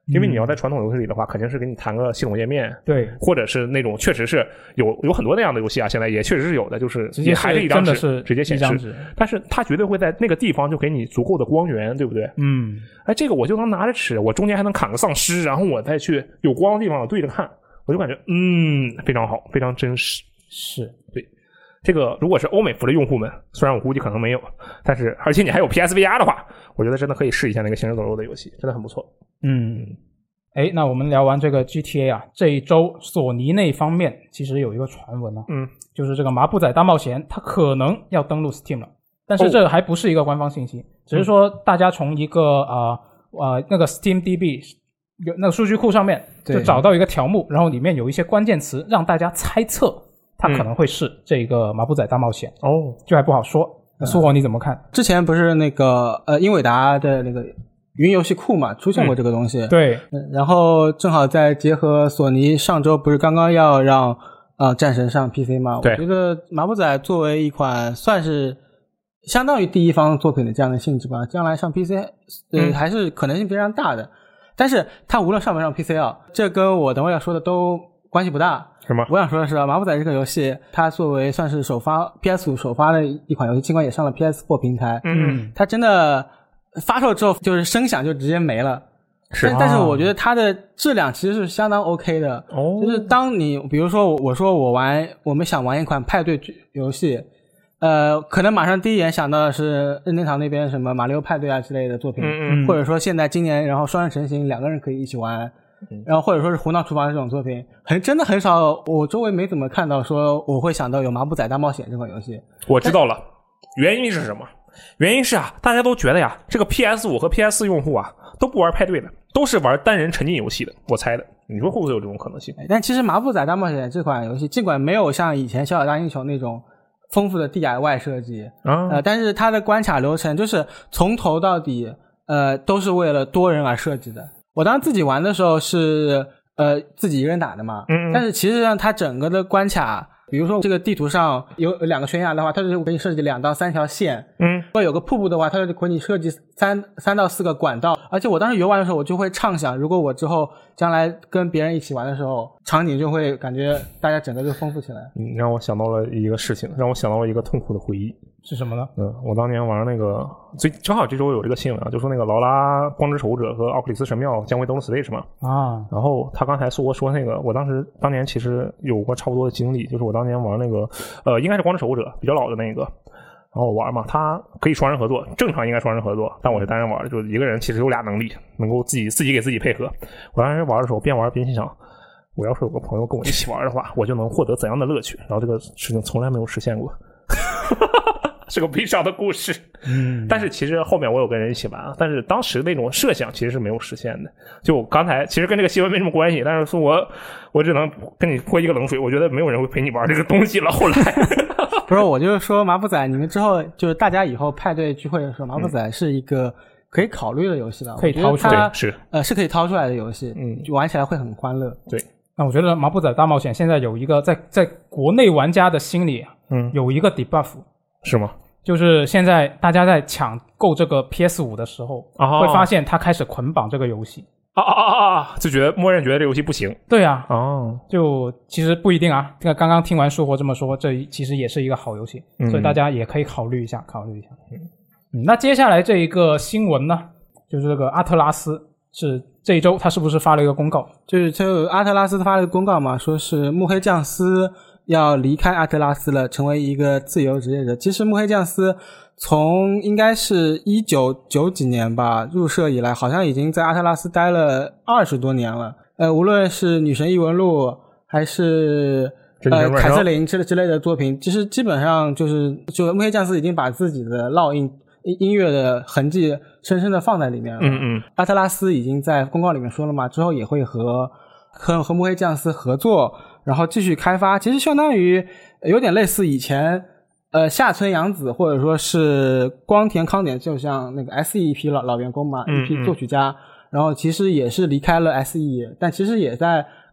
Speaker 3: 因为你要在传统游戏里的话，肯定是给你弹个系统页面，
Speaker 2: 对，
Speaker 3: 或者是那种确实是有有很多那样的游戏啊，现在也确实是有的，就是
Speaker 2: 直接
Speaker 3: 还是一张纸直接显
Speaker 2: 示，
Speaker 3: 但是它绝对会在那个地方就给你足够的光源，对不对？
Speaker 2: 嗯，
Speaker 3: 哎，这个我就能拿着尺，我中间还能砍个丧尸，然后我再去有光的地方我对着看，我就感觉嗯非常好，非常真实。
Speaker 2: 是，
Speaker 3: 对。这个如果是欧美服的用户们，虽然我估计可能没有，但是而且你还有 P S V R 的话，我觉得真的可以试一下那个行尸走肉的游戏，真的很不错。
Speaker 2: 嗯，哎，那我们聊完这个 G T A 啊，这一周索尼那方面其实有一个传闻啊，
Speaker 3: 嗯，
Speaker 2: 就是这个麻布仔大冒险它可能要登陆 Steam 了，但是这还不是一个官方信息，哦、只是说大家从一个啊呃, 呃那个 Steam D B 有那个数据库上面就找到一个条目，然后里面有一些关键词让大家猜测。它可能会是这个麻布仔大冒险
Speaker 3: 哦，
Speaker 2: 就还不好说。那苏活你怎么看？
Speaker 4: 之前不是那个呃英伟达的那个云游戏库嘛，出现过这个东西。
Speaker 2: 嗯、对、
Speaker 4: 嗯，然后正好再结合索尼上周不是刚刚要让呃战神上 P C 嘛？
Speaker 3: 对，
Speaker 4: 我觉得麻布仔作为一款算是相当于第一方作品的这样的性质吧，将来上 P C 呃、嗯、还是可能性非常大的。但是它无论上不上 P C 啊，这跟我等会要说的都关系不大。
Speaker 3: 是吗？
Speaker 4: 我想说的是，麻布仔这个游戏，它作为算是首发 P S 五 首发的一款游戏，尽管也上了 P S 四 平台，
Speaker 3: 嗯，
Speaker 4: 它真的发售之后就是声响就直接没了。
Speaker 3: 是，
Speaker 4: 但, 但是我觉得它的质量其实是相当 OK 的。
Speaker 3: 哦，
Speaker 4: 就是当你比如说我说我玩，我们想玩一款派对游戏，呃，可能马上第一眼想到的是任天堂那边什么马里奥派对啊之类的作品，
Speaker 3: 嗯嗯，
Speaker 4: 或者说现在今年然后双人成行，两个人可以一起玩。然后或者说是胡闹厨房这种作品，很真的很少，我周围没怎么看到说我会想到有麻布仔大冒险这款游戏。
Speaker 3: 我知道了，原因是什么？原因是啊，大家都觉得呀，这个 P S 五 和 P S 四 用户啊都不玩派对的，都是玩单人沉浸游戏的，我猜的。你说会不会有这种可能性？
Speaker 4: 但其实麻布仔大冒险这款游戏尽管没有像以前小小大英雄那种丰富的 D I Y 设计，
Speaker 3: 啊、
Speaker 4: 呃，但是它的关卡流程就是从头到底呃都是为了多人而设计的。我当时自己玩的时候是呃自己一个人打的嘛，
Speaker 3: 嗯，
Speaker 4: 但是其实上它整个的关卡，比如说这个地图上有两个悬崖的话，它就给你设计两到三条线，
Speaker 3: 嗯，
Speaker 4: 如果有个瀑布的话，它就给你设计三三到四个管道。而且我当时游玩的时候，我就会畅想，如果我之后将来跟别人一起玩的时候，场景就会感觉大家整个就丰富起来。
Speaker 3: 嗯，让我想到了一个事情，让我想到了一个痛苦的回忆。
Speaker 2: 是什么呢？
Speaker 3: 嗯，我当年玩那个，最正好这周有这个新闻啊，就说那个劳拉光之守护者和奥克里斯神庙将会登陆 Switch 嘛。
Speaker 2: 啊，
Speaker 3: 然后他刚才说说那个，我当时当年其实有过差不多的经历，就是我当年玩那个，呃，应该是光之守护者比较老的那个，然后我玩嘛，它可以双人合作，正常应该双人合作，但我是单人玩的，就是一个人其实有俩能力，能够自己自己给自己配合。我当时玩的时候边玩边心想，我要是有个朋友跟我一起玩的话，我就能获得怎样的乐趣？然后这个事情从来没有实现过。是个悲伤的故事，
Speaker 2: 嗯，
Speaker 3: 但是其实后面我有跟人一起玩，但是当时那种设想其实是没有实现的。就刚才其实跟这个新闻没什么关系，但是我我只能跟你泼一个冷水，我觉得没有人会陪你玩这个东西了。后来
Speaker 4: 不是，我就是说麻布仔，你们之后就是大家以后派对聚会的时候，麻布仔是一个可以考虑的游戏了，
Speaker 2: 可以掏出
Speaker 3: 来，是
Speaker 4: 呃是可以掏出来的游戏，
Speaker 3: 嗯，
Speaker 4: 就玩起来会很欢乐。
Speaker 3: 对，
Speaker 2: 那我觉得麻布仔大冒险现在有一个在在国内玩家的心里，
Speaker 3: 嗯，
Speaker 2: 有一个 debuff。
Speaker 3: 是吗？
Speaker 2: 就是现在大家在抢购这个 P S 五 的时候，
Speaker 3: 哦、
Speaker 2: 会发现它开始捆绑这个游戏
Speaker 3: 啊啊啊啊！就觉得默认觉得这游戏不行。
Speaker 2: 对啊，
Speaker 3: 哦，
Speaker 2: 就其实不一定啊。这个刚刚听完舒活这么说，这其实也是一个好游戏，
Speaker 3: 嗯、
Speaker 2: 所以大家也可以考虑一下，考虑一下。嗯，那接下来这一个新闻呢，就是这个阿特拉斯是这一周他是不是发了一个公告？
Speaker 4: 就是就阿特拉斯发了一个公告嘛，说是幕黑酱司要离开阿特拉斯了，成为一个自由职业者。其实幕黑酱司从应该是一九九几年吧入社以来，好像已经在阿特拉斯待了二十多年了。呃，无论是女神异闻录还是呃凯瑟琳之之类的作品，其实基本上就是就幕黑酱司已经把自己的烙印音乐的痕迹深深的放在里面了。
Speaker 3: 嗯嗯，
Speaker 4: 阿特拉斯已经在公告里面说了嘛，之后也会和和和幕黑酱司合作，然后继续开发。其实相当于有点类似以前呃下村洋子或者说是光田康典，就像那个 S E 一批老老员工嘛，
Speaker 3: 嗯嗯
Speaker 4: 一批作曲家，然后其实也是离开了 S E， 但其实也在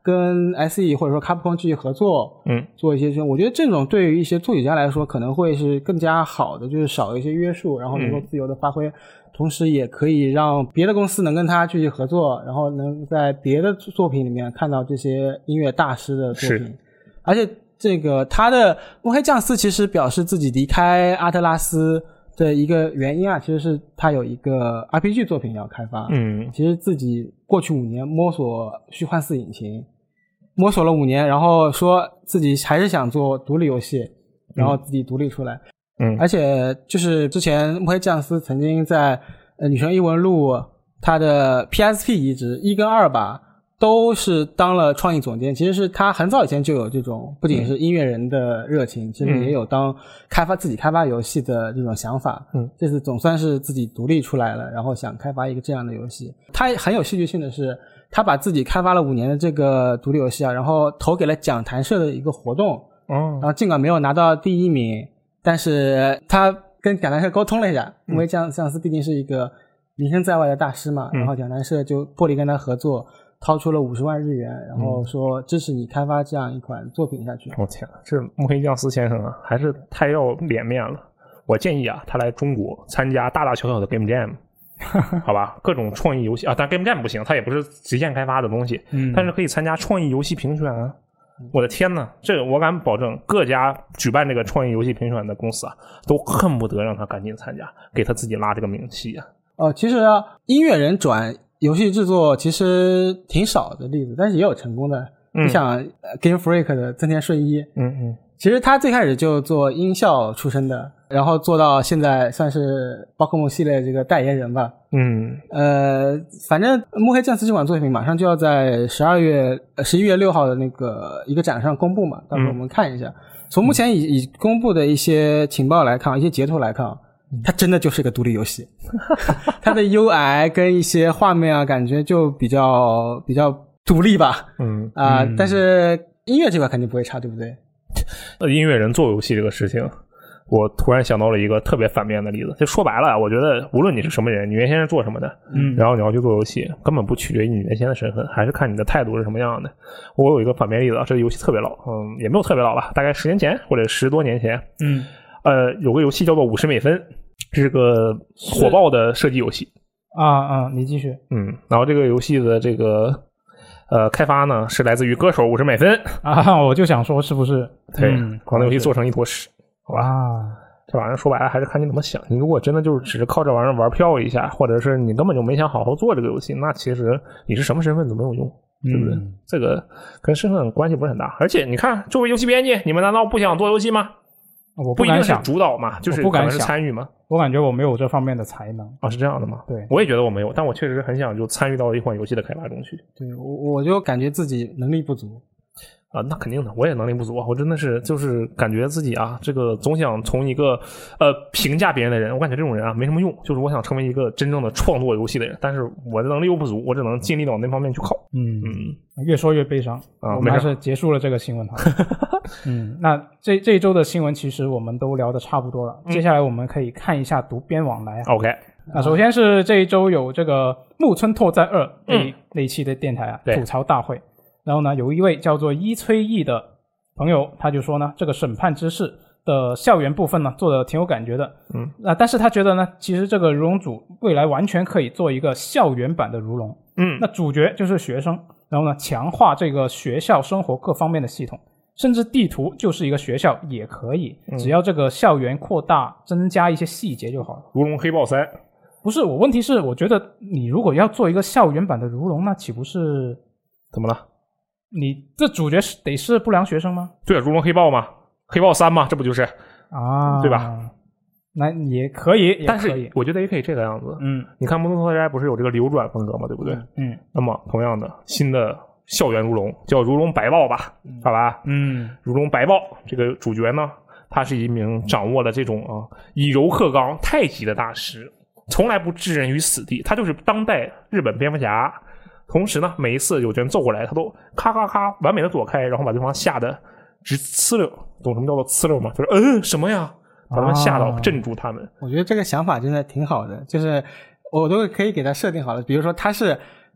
Speaker 4: 跟 S E 或者说 Capcom 继续合作，
Speaker 3: 嗯，
Speaker 4: 做一些这种，我觉得这种对于一些作曲家来说可能会是更加好的，就是少一些约束，然后能够自由的发挥，嗯、同时也可以让别的公司能跟他继续合作，然后能在别的作品里面看到这些音乐大师的作品，而且这个他的莫黑酱司其实表示自己离开阿特拉斯的一个原因啊，其实是他有一个 R P G 作品要开发。
Speaker 3: 嗯，
Speaker 4: 其实自己过去五年摸索虚幻四引擎，摸索了五年，然后说自己还是想做独立游戏，然后自己独立出来。
Speaker 3: 嗯，
Speaker 4: 而且就是之前莫黑酱司曾经在呃女神异闻录他的 P S P 移植一跟二吧，都是当了创意总监。其实是他很早以前就有这种不仅是音乐人的热情，嗯、其实也有当开发自己开发游戏的这种想法。嗯，这次总算是自己独立出来了，然后想开发一个这样的游戏。他很有戏剧性的是，他把自己开发了五年的这个独立游戏啊，然后投给了讲谈社的一个活动。
Speaker 3: 哦，
Speaker 4: 然后尽管没有拿到第一名，但是他跟讲谈社沟通了一下，因为酱酱司毕竟是一个名声在外的大师嘛，
Speaker 3: 嗯、
Speaker 4: 然后讲谈社就破例跟他合作。掏出了五十万日元，然后说支持你开发这样一款作品下去。
Speaker 3: 我、嗯哦、天，这莫黑酱司先生啊，还是太要脸面了。我建议啊，他来中国参加大大小小的 Game Jam， 好吧，各种创意游戏啊，但 Game Jam 不行，它也不是极限开发的东西，嗯，但是可以参加创意游戏评选啊。我的天呐，这个我敢保证，各家举办这个创意游戏评选的公司啊，都恨不得让他赶紧参加，给他自己拉这个名气啊。
Speaker 4: 哦、呃，其实啊，音乐人转游戏制作其实挺少的例子，但是也有成功的。嗯、你想 Game Freak 的增田顺一，
Speaker 3: 嗯嗯，
Speaker 4: 其实他最开始就做音效出身的，然后做到现在算是宝可梦系列这个代言人吧。
Speaker 3: 嗯，
Speaker 4: 呃，反正莫黑酱司这款作品马上就要在十二月十一月六号的那个一个展上公布嘛，到时候我们看一下。嗯、从目前已已公布的一些情报来看，一些截图来看。它真的就是个独立游戏，它的 U I 跟一些画面啊，感觉就比较比较独立吧。嗯啊、呃嗯，但是音乐这块肯定不会差，对不对？
Speaker 3: 音乐人做游戏这个事情，我突然想到了一个特别反面的例子。就说白了，我觉得无论你是什么人，你原先是做什么的，嗯，然后你要去做游戏，根本不取决于你原先的身份，还是看你的态度是什么样的。我有一个反面例子，这个游戏特别老，嗯，也没有特别老吧，大概十年前或者十多年前，
Speaker 2: 嗯，
Speaker 3: 呃，有个游戏叫做五十美分。这是个火爆的射击游戏
Speaker 2: 啊啊！你继续。
Speaker 3: 嗯，然后这个游戏的这个呃开发呢是来自于歌手五十美分
Speaker 2: 啊，我就想说是不是？
Speaker 3: 对，嗯、把那游戏做成一坨屎，好吧？
Speaker 2: 啊，
Speaker 3: 这玩意儿说白了还是看你怎么想。你如果真的就是只是靠这玩意儿玩票一下，或者是你根本就没想好好做这个游戏，那其实你是什么身份都没有用，对不对？嗯、这个跟身份关系不是很大。而且你看，作为游戏编辑，你们难道不想做游戏吗？
Speaker 2: 我不敢想
Speaker 3: 不一定是主导嘛，就是可能是参与嘛。
Speaker 2: 我感觉我没有这方面的才能
Speaker 3: 啊，是这样的吗？
Speaker 2: 对，
Speaker 3: 我也觉得我没有，但我确实很想就参与到一款游戏的开发中去。
Speaker 4: 对，我我就感觉自己能力不足
Speaker 3: 啊，那肯定的，我也能力不足啊，我真的是就是感觉自己啊，这个总想从一个呃评价别人的人，我感觉这种人啊没什么用，就是我想成为一个真正的创作游戏的人，但是我的能力又不足，我只能尽力往那方面去靠。
Speaker 2: 嗯嗯，越说越悲伤
Speaker 3: 啊，
Speaker 2: 我们还是结束了这个新闻嗯，那这这一周的新闻其实我们都聊得差不多了，嗯、接下来我们可以看一下读编往来。
Speaker 3: OK，
Speaker 2: 那首先是这一周有这个木村拓哉二那、嗯、那一期的电台啊吐槽大会，然后呢有一位叫做伊崔义的朋友，他就说呢这个审判之事的校园部分呢做得挺有感觉的，
Speaker 3: 嗯，
Speaker 2: 那但是他觉得呢其实这个如龙组未来完全可以做一个校园版的如龙，
Speaker 3: 嗯，
Speaker 2: 那主角就是学生，然后呢强化这个学校生活各方面的系统。甚至地图就是一个学校也可以，只要这个校园扩大增加一些细节就好了。
Speaker 3: 如龙黑豹三
Speaker 2: 不是我，问题是我觉得你如果要做一个校园版的如龙，那岂不是
Speaker 3: 怎么了？
Speaker 2: 你这主角是得是不良学生吗？
Speaker 3: 对啊，如龙黑豹嘛，黑豹三嘛，这不就是
Speaker 2: 啊？
Speaker 3: 对吧？
Speaker 2: 那也可以，也可以，
Speaker 3: 但是我觉得也可以这个样子。
Speaker 2: 嗯，
Speaker 3: 你看木村拓哉不是有这个流转风格嘛，对不对？
Speaker 2: 嗯，
Speaker 3: 那么同样的新的校园如龙叫如龙白豹吧，好吧？
Speaker 2: 嗯，
Speaker 3: 如龙白豹这个主角呢，他是一名掌握了这种啊以柔克刚太极的大师，从来不置人于死地，他就是当代日本蝙蝠侠。同时呢，每一次有人揍过来，他都咔咔咔完美的躲开，然后把对方吓得直呲溜。懂什么叫做呲溜吗？就是嗯、呃、什么呀，把他们吓到，镇住他们。
Speaker 4: 我觉得这个想法真的挺好的，就是我都可以给他设定好了，比如说他是。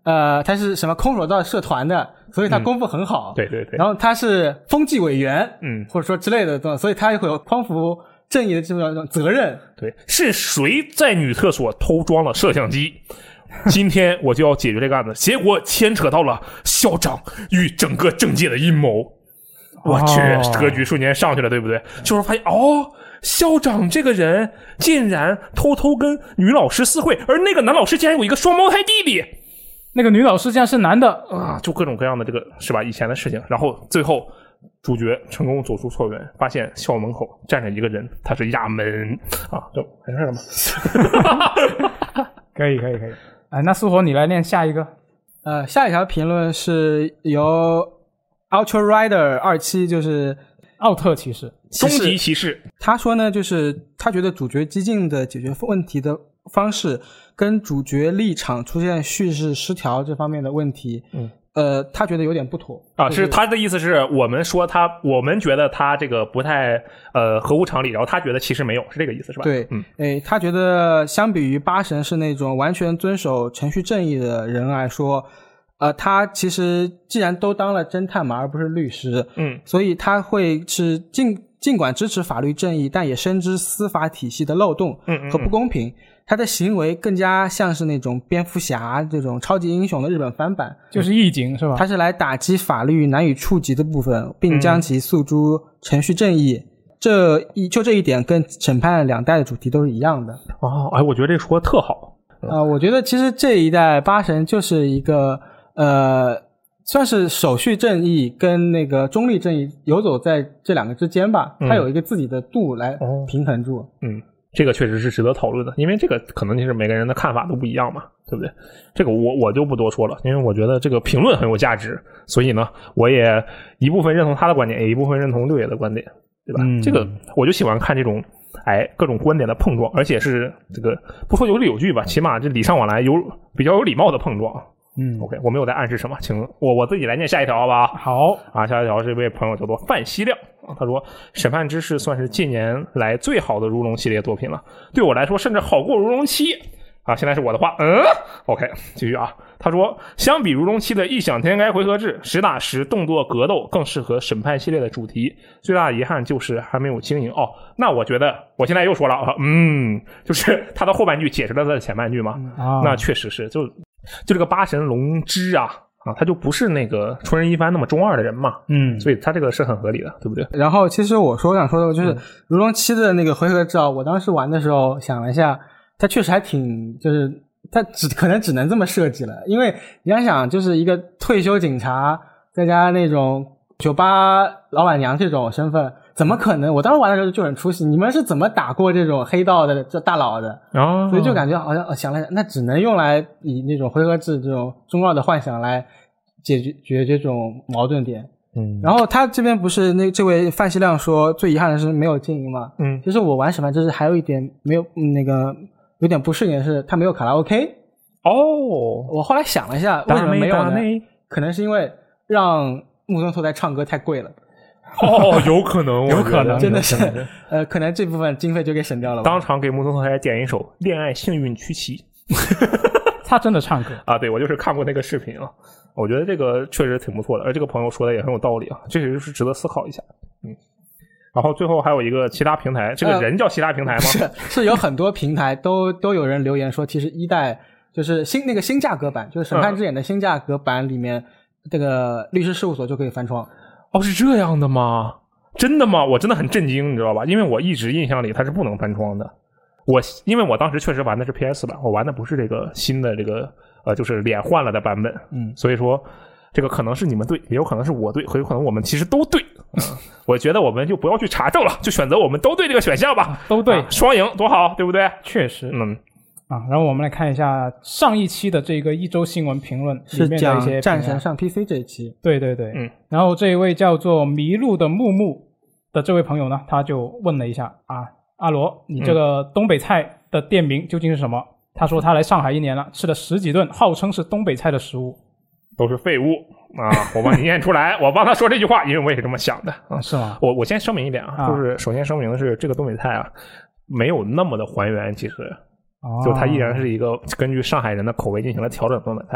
Speaker 4: 呃，他是什么空手道社团的，所以他功夫很好。
Speaker 3: 嗯、对对对。
Speaker 4: 然后他是风纪委员，
Speaker 3: 嗯，
Speaker 4: 或者说之类的东西，所以他会有匡扶正义的这种责任。
Speaker 3: 对，是谁在女厕所偷装了摄像机？今天我就要解决这个案子，结果牵扯到了校长与整个政界的阴谋。我去，格局瞬间上去了，对不对？就是发现哦，校长这个人竟然偷偷跟女老师私会，而那个男老师竟然有一个双胞胎弟弟，
Speaker 2: 那个女老师竟然是男的
Speaker 3: 啊！就各种各样的这个是吧？以前的事情，然后最后主角成功走出错园，发现校门口站着一个人，他是亚门啊，这没事了吗？
Speaker 2: 可以可以可以。哎，那苏活你来念下一个。
Speaker 4: 呃，下一条评论是由 Ultra Rider 二七，就是
Speaker 2: 奥特骑士，
Speaker 3: 终极骑士。
Speaker 4: 他说呢，就是他觉得主角激进的解决问题的方式跟主角立场出现叙事失调这方面的问题，嗯，呃，他觉得有点不妥
Speaker 3: 啊。
Speaker 4: 就是、
Speaker 3: 是他的意思是我们说他，我们觉得他这个不太呃合乎常理，然后他觉得其实没有，是这个意思是吧？
Speaker 4: 对，
Speaker 3: 嗯，
Speaker 4: 诶，他觉得相比于八神是那种完全遵守程序正义的人来说，呃，他其实既然都当了侦探嘛，而不是律师，
Speaker 3: 嗯，
Speaker 4: 所以他会是尽尽管支持法律正义，但也深知司法体系的漏洞和不公平。嗯嗯嗯，他的行为更加像是那种蝙蝠侠这种超级英雄的日本翻版，
Speaker 2: 就是义警是吧？
Speaker 4: 他是来打击法律难以触及的部分，并将其诉诸程序正义。嗯、这一就这一点跟审判两代的主题都是一样的。
Speaker 3: 哦，哎，我觉得这说的特好。
Speaker 4: 啊、呃，我觉得其实这一代八神就是一个呃，算是手续正义跟那个中立正义游走在这两个之间吧，它有一个自己的度来平衡住。
Speaker 3: 嗯。嗯，这个确实是值得讨论的，因为这个可能就是每个人的看法都不一样嘛，对不对？这个我我就不多说了，因为我觉得这个评论很有价值，所以呢，我也一部分认同他的观点，也一部分认同六爷的观点，对吧？嗯、这个我就喜欢看这种哎各种观点的碰撞，而且是这个不说有理有据吧，起码这礼尚往来，有比较有礼貌的碰撞。嗯 ，OK， 我没有在暗示什么，请我我自己来念下一条，好吧？
Speaker 2: 好
Speaker 3: 啊，下一条是一位朋友叫做范希亮啊，他说《审判之誓》算是近年来最好的如龙系列作品了，对我来说甚至好过如龙七啊。现在是我的话，嗯 ，OK， 继续啊。他说，相比如龙七的异想天开回合制，实打实动作格斗更适合审判系列的主题。最大的遗憾就是还没有经营哦。那我觉得我现在又说了，嗯，就是他的后半句解释了他的前半句嘛，嗯啊、那确实是就。就这个八神龙之啊啊，他就不是那个春日一番那么中二的人嘛，嗯，所以他这个是很合理的，对不对？
Speaker 4: 然后其实我说我想说的就是，嗯、如龙七的那个回合制啊，我当时玩的时候想了一下，它确实还挺，就是它只可能只能这么设计了，因为你想想，就是一个退休警察再加那种酒吧老板娘这种身份。怎么可能？我当时玩的时候就很出戏，你们是怎么打过这种黑道的这大佬的？哦，所以就感觉好像想了，那只能用来以那种回合制这种中二的幻想来解决这种矛盾点。嗯，然后他这边不是那这位范希亮说最遗憾的是没有经营嘛？嗯，其实我玩审判之誓还有一点没有、嗯、那个有点不适应的是他没有卡拉 OK。哦，我后来想了一下，为什么没有呢？可能是因为让木村拓哉唱歌太贵了。
Speaker 3: 哦，有可能，
Speaker 4: 有可能，真的是，呃，可能这部分经费就给省掉了吧。
Speaker 3: 当场给木村拓哉点一首《恋爱幸运曲奇》，
Speaker 2: 他真的唱歌
Speaker 3: 啊？对，我就是看过那个视频啊，我觉得这个确实挺不错的，而这个朋友说的也很有道理啊，这确实是值得思考一下。嗯，然后最后还有一个其他平台，这个人叫其他平台吗？
Speaker 4: 呃、是是有很多平台都都有人留言说，其实一代就是新那个新价格版，就是审判之眼的新价格版里面，嗯、这个律师事务所就可以翻窗。
Speaker 3: 哦，是这样的吗？真的吗？我真的很震惊，你知道吧？因为我一直印象里它是不能翻窗的。我因为我当时确实玩的是 P S 版，我玩的不是这个新的这个呃，就是脸换了的版本。嗯，所以说这个可能是你们对，也有可能是我对，很有可能我们其实都对。嗯、我觉得我们就不要去查证了，就选择我们都对这个选项吧。
Speaker 2: 都对，
Speaker 3: 啊、双赢多好，对不对？
Speaker 2: 确实，
Speaker 3: 嗯。
Speaker 2: 啊，然后我们来看一下上一期的这个一周新闻评论里面的一些
Speaker 4: 是讲战神上 P C 这一期，
Speaker 2: 对对对，
Speaker 3: 嗯，
Speaker 2: 然后这一位叫做迷路的木木的这位朋友呢，他就问了一下啊，阿罗，你这个东北菜的店名究竟是什么？嗯、他说他来上海一年了，吃了十几顿号称是东北菜的食物，
Speaker 3: 都是废物啊！我帮你念出来，我帮他说这句话，因为我也是这么想的啊，
Speaker 2: 是吗？
Speaker 3: 我我先声明一点啊，啊就是首先声明的是，这个东北菜啊，没有那么的还原，其实。就它依然是一个根据上海人的口味进行了调整的东北菜，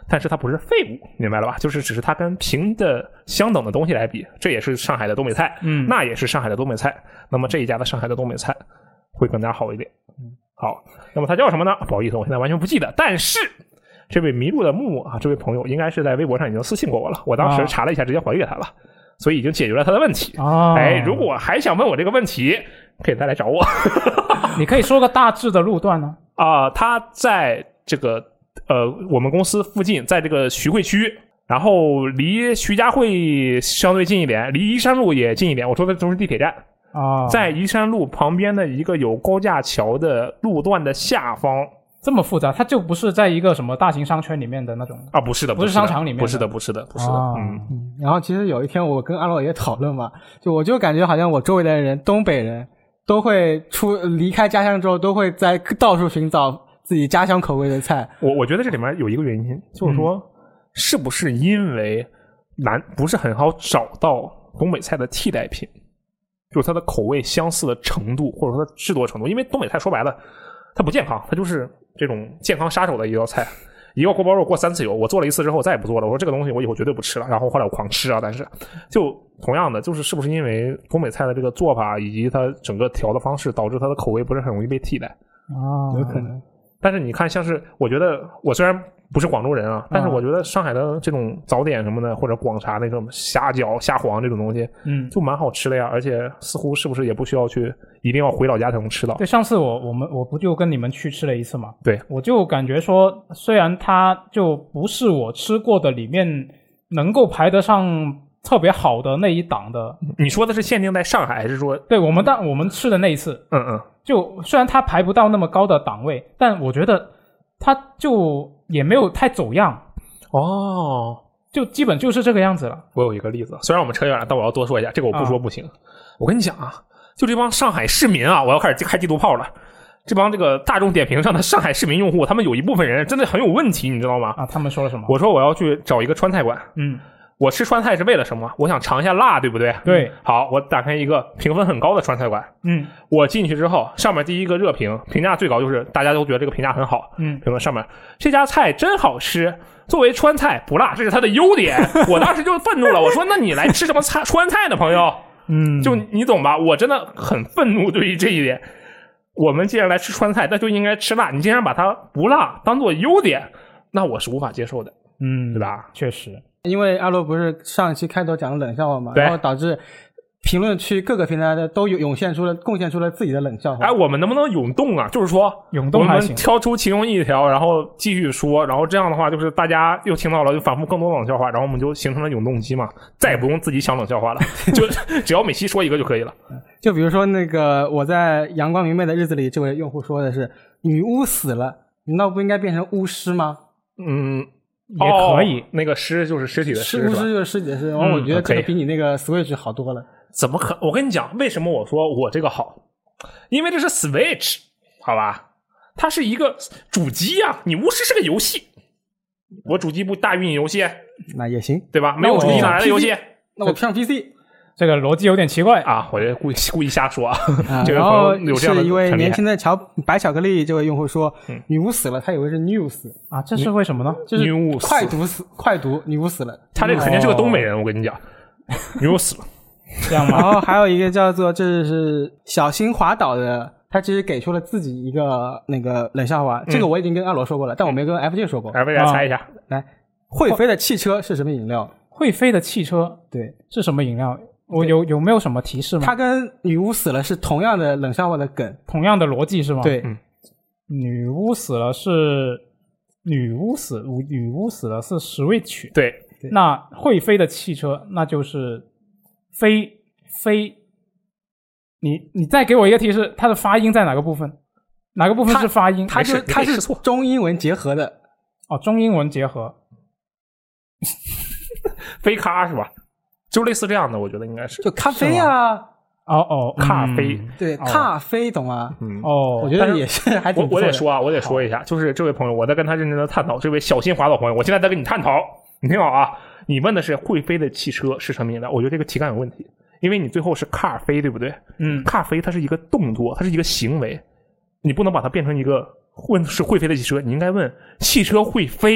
Speaker 3: 但是它不是废物，明白了吧？就是只是它跟平的相等的东西来比，这也是上海的东北菜，
Speaker 2: 嗯，
Speaker 3: 那也是上海的东北菜。那么这一家的上海的东北菜会更加好一点。好，那么它叫什么呢？不好意思，我现在完全不记得。但是这位迷路的木木啊，这位朋友应该是在微博上已经私信过我了，我当时查了一下，直接回给他了，所以已经解决了他的问题。
Speaker 2: 哦，
Speaker 3: 哎，如果还想问我这个问题，可以再来找我。
Speaker 2: 你可以说个大致的路段呢？
Speaker 3: 啊、呃，他在这个呃我们公司附近，在这个徐汇区，然后离徐家汇相对近一点，离宜山路也近一点。我说的都是地铁站
Speaker 2: 啊、哦，
Speaker 3: 在宜山路旁边的一个有高架桥的路段的下方。
Speaker 2: 这么复杂，它就不是在一个什么大型商圈里面的那种
Speaker 3: 啊？不是的，
Speaker 2: 不是商场里面的，
Speaker 3: 不是的，不是的，不是的。
Speaker 2: 哦、
Speaker 3: 嗯。
Speaker 4: 然后其实有一天我跟阿洛也讨论嘛，就我就感觉好像我周围的人，东北人都会出离开家乡之后，都会在到处寻找自己家乡口味的菜。
Speaker 3: 我我觉得这里面有一个原因，就是说，嗯、是不是因为难不是很好找到东北菜的替代品，就是它的口味相似的程度，或者说它制作程度？因为东北菜说白了，它不健康，它就是这种健康杀手的一道菜。一个锅包肉过三次油，我做了一次之后再也不做了。我说这个东西我以后绝对不吃了。然后后来我狂吃啊，但是就同样的，就是是不是因为东北菜的这个做法以及它整个调的方式，导致它的口味不是很容易被替代？
Speaker 2: 啊，
Speaker 4: 有可能。
Speaker 3: 但是你看，像是我觉得我虽然不是广州人啊，但是我觉得上海的这种早点什么的，或者广茶那种虾饺、虾皇这种东西，
Speaker 2: 嗯，
Speaker 3: 就蛮好吃的呀。而且似乎是不是也不需要去一定要回老家才能吃到？
Speaker 2: 对，上次我我们我不就跟你们去吃了一次嘛？
Speaker 3: 对，
Speaker 2: 我就感觉说，虽然它就不是我吃过的里面能够排得上特别好的那一档的。
Speaker 3: 你说的是限定在上海，还是说？
Speaker 2: 对，我们当我们吃的那一次，
Speaker 3: 嗯嗯，
Speaker 2: 就虽然它排不到那么高的档位，但我觉得它就也没有太走样。
Speaker 3: 哦，
Speaker 2: 就基本就是这个样子了。
Speaker 3: 我有一个例子，虽然我们扯远了，但我要多说一下，这个我不说不行。啊、我跟你讲啊，就这帮上海市民啊，我要开始开地图炮了。这帮这个大众点评上的上海市民用户，他们有一部分人真的很有问题，你知道吗？
Speaker 2: 啊，他们说了什么？
Speaker 3: 我说我要去找一个川菜馆，
Speaker 2: 嗯，
Speaker 3: 我吃川菜是为了什么？我想尝一下辣，对不对？
Speaker 2: 对。
Speaker 3: 好，我打开一个评分很高的川菜馆，
Speaker 2: 嗯，
Speaker 3: 我进去之后，上面第一个热评，评价最高就是大家都觉得这个评价很好，
Speaker 2: 嗯，
Speaker 3: 评论上面这家菜真好吃。作为川菜不辣，这是它的优点。我当时就愤怒了，我说：“那你来吃什么菜川菜呢，朋友？”
Speaker 2: 嗯，
Speaker 3: 就你懂吧？我真的很愤怒对于这一点。我们既然来吃川菜，那就应该吃辣。你竟然把它不辣当做优点，那我是无法接受的。
Speaker 2: 嗯，
Speaker 3: 对吧？
Speaker 2: 确实，
Speaker 4: 因为阿罗不是上一期开头讲了冷笑话嘛，然后导致评论区各个平台的都有涌现出了贡献出了自己的冷笑话。
Speaker 3: 哎，我们能不能涌动啊？就是说，
Speaker 2: 涌动还行，
Speaker 3: 我们挑出其中一条，然后继续说，然后这样的话，就是大家又听到了，就反复更多冷笑话，然后我们就形成了涌动机嘛，再也不用自己想冷笑话了，就只要每期说一个就可以了。
Speaker 4: 就比如说那个我在阳光明媚的日子里，这位用户说的是女巫死了，难道不应该变成巫师吗？
Speaker 3: 嗯。
Speaker 2: 也可以、
Speaker 3: 哦，那个尸就是尸体的尸，
Speaker 4: 巫师就是尸体的尸。然后我觉得这个比你那个 Switch 好多了。
Speaker 3: 怎么可？我跟你讲，为什么我说我这个好？因为这是 Switch， 好吧？它是一个主机啊，你巫师是个游戏，我主机不大于你游戏，
Speaker 4: 那也行，
Speaker 3: 对吧？没有主机哪来的游戏？
Speaker 4: 那我上 P C。
Speaker 2: 这个逻辑有点奇怪
Speaker 3: 啊！我这故意故意瞎说啊。
Speaker 4: 啊
Speaker 3: 这位
Speaker 4: 然后
Speaker 3: 有这样的
Speaker 4: 是一位年轻的巧白巧克力这位用户说，
Speaker 3: 嗯、
Speaker 4: 女巫死了，他以为是 news
Speaker 2: 啊，这是为什么呢？
Speaker 4: 就是快读死，快读女巫死了。
Speaker 3: 他这个肯定是个东北人，哦、我跟你讲，女巫死了，
Speaker 2: 这样吗？
Speaker 4: 然后还有一个叫做这是小心滑倒的，他其实给出了自己一个那个冷笑话，嗯、这个我已经跟阿罗说过了，但我没跟 F J 说过。
Speaker 3: F J 来猜一下，
Speaker 4: 啊、来，会飞的汽车是什么饮料？
Speaker 2: 会飞的汽车，
Speaker 4: 对，
Speaker 2: 是什么饮料？我有有没有什么提示吗？
Speaker 4: 它跟女巫死了是同样的冷笑话的梗，
Speaker 2: 同样的逻辑是吗？
Speaker 4: 对，
Speaker 3: 嗯、
Speaker 2: 女巫死了是女巫死，女巫死了是 Switch，
Speaker 3: 对，
Speaker 2: 那会飞的汽车那就是飞飞。你你再给我一个提示，它的发音在哪个部分？哪个部分是发音？
Speaker 4: 它就它是中英文结合的。
Speaker 2: 哦，中英文结合。
Speaker 3: 飞咖是吧？就类似这样的，我觉得应该是
Speaker 4: 就咖啡啊，
Speaker 2: 哦哦，
Speaker 3: 咖啡，
Speaker 4: 嗯、对，咖啡懂吗？
Speaker 3: 嗯，
Speaker 2: 哦，
Speaker 4: 我觉得也是还挺不错的。
Speaker 3: 我我得说啊，我得说一下，就是这位朋友，我在跟他认真的探讨，这位小心滑倒朋友，我现在在跟你探讨，你听好啊，你问的是会飞的汽车是什么饮料？我觉得这个题干有问题，因为你最后是咖啡，对不对？
Speaker 2: 嗯，
Speaker 3: 咖啡它是一个动作，它是一个行为，你不能把它变成一个问是会飞的汽车，你应该问汽车会飞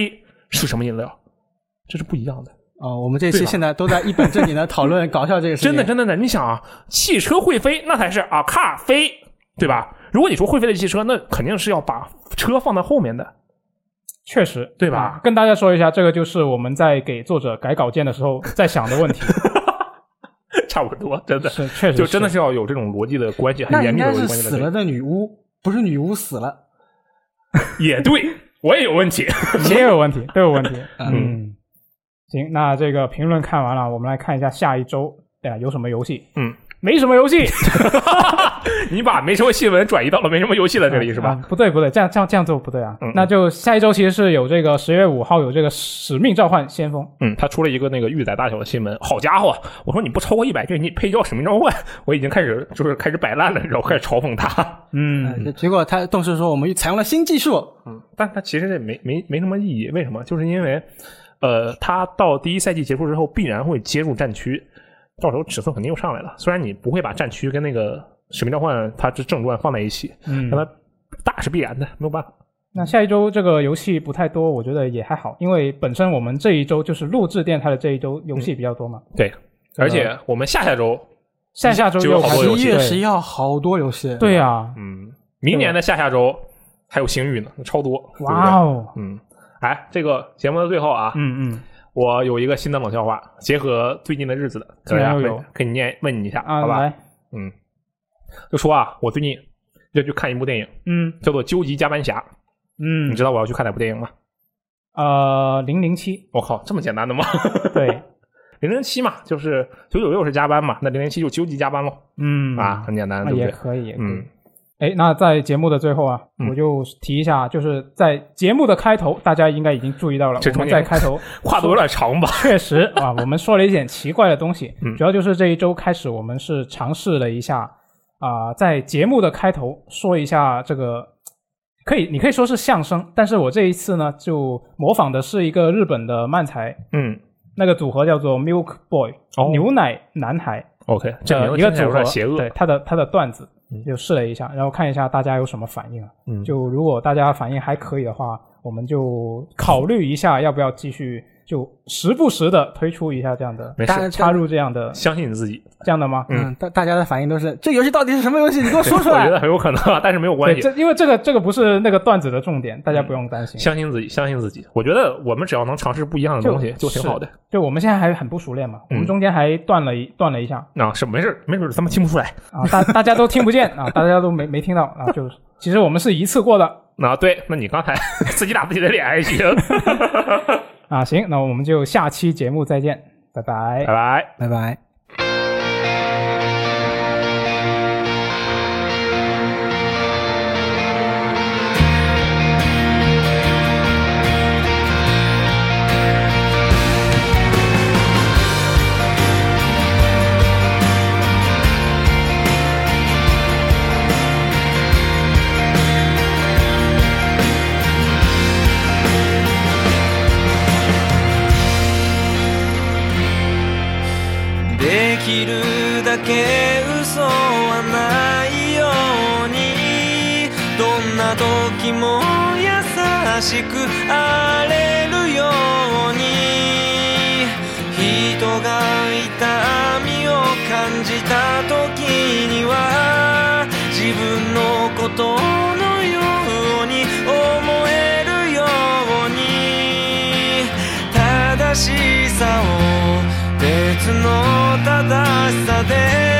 Speaker 3: 是什么饮料，这是不一样的。
Speaker 4: 哦，我们这期现在都在一本正经的讨论搞笑这个事情。
Speaker 3: 真的，真的，真的，你想啊，汽车会飞，那才是啊，咖飞，对吧？如果你说会飞的汽车，那肯定是要把车放在后面的。
Speaker 2: 确实，
Speaker 3: 对吧、
Speaker 2: 嗯？跟大家说一下，这个就是我们在给作者改稿件的时候在想的问题。
Speaker 3: 差不多，真的
Speaker 2: 是，确实
Speaker 3: 就真的是要有这种逻辑的关系，很严密的逻辑关系。
Speaker 4: 那应该是死了的女巫，不是女巫死了。
Speaker 3: 也对，我也有问题，
Speaker 2: 也有问题，都有问题。
Speaker 3: 嗯。
Speaker 2: 嗯行，那这个评论看完了，我们来看一下下一周哎、呃、有什么游戏。
Speaker 3: 嗯，
Speaker 2: 没什么游戏。
Speaker 3: 你把没什么新闻转移到了没什么游戏的这里、啊、是吧、
Speaker 2: 啊？不对不对，这样这样这样做不对啊。
Speaker 3: 嗯、
Speaker 2: 那就下一周其实是有这个十月五号有这个使命召唤先锋。
Speaker 3: 嗯，他出了一个那个预载大小的新闻，好家伙！我说你不超过一百 G 你配叫使命召唤，我已经开始就是开始摆烂了，你知道，开始嘲讽他。
Speaker 2: 嗯，
Speaker 4: 呃、结果他动视说我们采用了新技术。
Speaker 3: 嗯，但他其实这没没没什么意义，为什么？就是因为。呃，他到第一赛季结束之后，必然会接入战区，到时候尺寸肯定又上来了。虽然你不会把战区跟那个使命召唤它这正传放在一起，
Speaker 2: 嗯，
Speaker 3: 但它大是必然的，没有办法。
Speaker 2: 那下一周这个游戏不太多，我觉得也还好，因为本身我们这一周就是录制电台的这一周游戏比较多嘛。
Speaker 3: 嗯、对，而且我们下下周、
Speaker 2: 下下周有
Speaker 3: 好多游戏，
Speaker 4: 十一月十一号好多游戏。
Speaker 2: 对啊，
Speaker 3: 嗯，明年的下下周还有星域呢，超多。
Speaker 2: 哇哦，
Speaker 3: 嗯。哎，这个节目的最后啊，
Speaker 2: 嗯嗯，
Speaker 3: 我有一个新的冷笑话，结合最近的日子的，大家
Speaker 2: 有
Speaker 3: 可以念问你一下，
Speaker 2: 啊、
Speaker 3: 好吧？
Speaker 2: 来，
Speaker 3: 嗯，就说啊，我最近要去看一部电影，
Speaker 2: 嗯，
Speaker 3: 叫做《究极加班侠》，
Speaker 2: 嗯，
Speaker 3: 你知道我要去看哪部电影吗？
Speaker 2: 呃，零零七，
Speaker 3: 我靠，这么简单的吗？
Speaker 2: 对，
Speaker 3: 零零七嘛，就是九九六是加班嘛，那零零七就究极加班咯。
Speaker 2: 嗯，
Speaker 3: 啊，很简单，对不对？
Speaker 2: 也可以，也可以。
Speaker 3: 嗯
Speaker 2: 哎，那在节目的最后啊、嗯，我就提一下，就是在节目的开头，大家应该已经注意到了，
Speaker 3: 这
Speaker 2: 我们在开头
Speaker 3: 话都有点长吧？
Speaker 2: 确实啊，我们说了一点奇怪的东西，
Speaker 3: 嗯、
Speaker 2: 主要就是这一周开始，我们是尝试了一下啊、呃，在节目的开头说一下这个，可以，你可以说是相声，但是我这一次呢，就模仿的是一个日本的漫才，
Speaker 3: 嗯，
Speaker 2: 那个组合叫做 Milk Boy，、哦、牛奶男孩
Speaker 3: ，OK， 这
Speaker 2: 名字一个组合，
Speaker 3: 邪恶，
Speaker 2: 对他的他的段子。就试了一下，然后看一下大家有什么反应啊。
Speaker 3: 嗯，
Speaker 2: 就如果大家反应还可以的话，我们就考虑一下要不要继续，就时不时的推出一下这样的，
Speaker 3: 没事，
Speaker 2: 插入这样的，
Speaker 3: 相信你自己，
Speaker 2: 这样的吗？
Speaker 4: 嗯，大大家的反应都是这游戏到底是什么游戏？你给我说出来。
Speaker 3: 我觉得很有可能，但是没有关系。
Speaker 2: 这因为这个这个不是那个段子的重点，大家不用担心。
Speaker 3: 嗯、相信自己，相信自己。我觉得我们只要能尝试不一样的东西，就, 就挺好的。
Speaker 2: 就我们现在还很不熟练嘛，嗯、我们中间还断了一断了一下。
Speaker 3: 啊，是没事，没准他们听不出来
Speaker 2: 啊，大大家都听不见啊，大家都没没听到啊，就其实我们是一次过的。
Speaker 3: 啊，对，那你刚才自己打自己的脸还行。
Speaker 2: 啊，行，那我们就下期节目再见，拜拜，
Speaker 3: 拜拜，
Speaker 4: 拜拜。
Speaker 1: できるだけ嘘はないようにどんな時も優しくあれるように人が痛みを感じた時には自分のことのように思えるように正しさを別の正しさで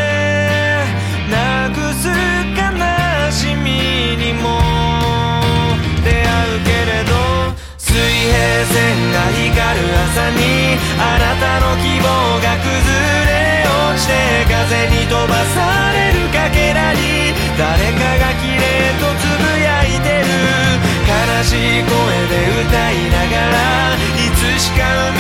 Speaker 1: なくす悲しみにも出会うけれど水平線が光る朝にあなたの希望が崩れ落ちて風に飛ばされるかけらに誰かが綺麗とつぶやいてる悲しい声で歌いながらいつしか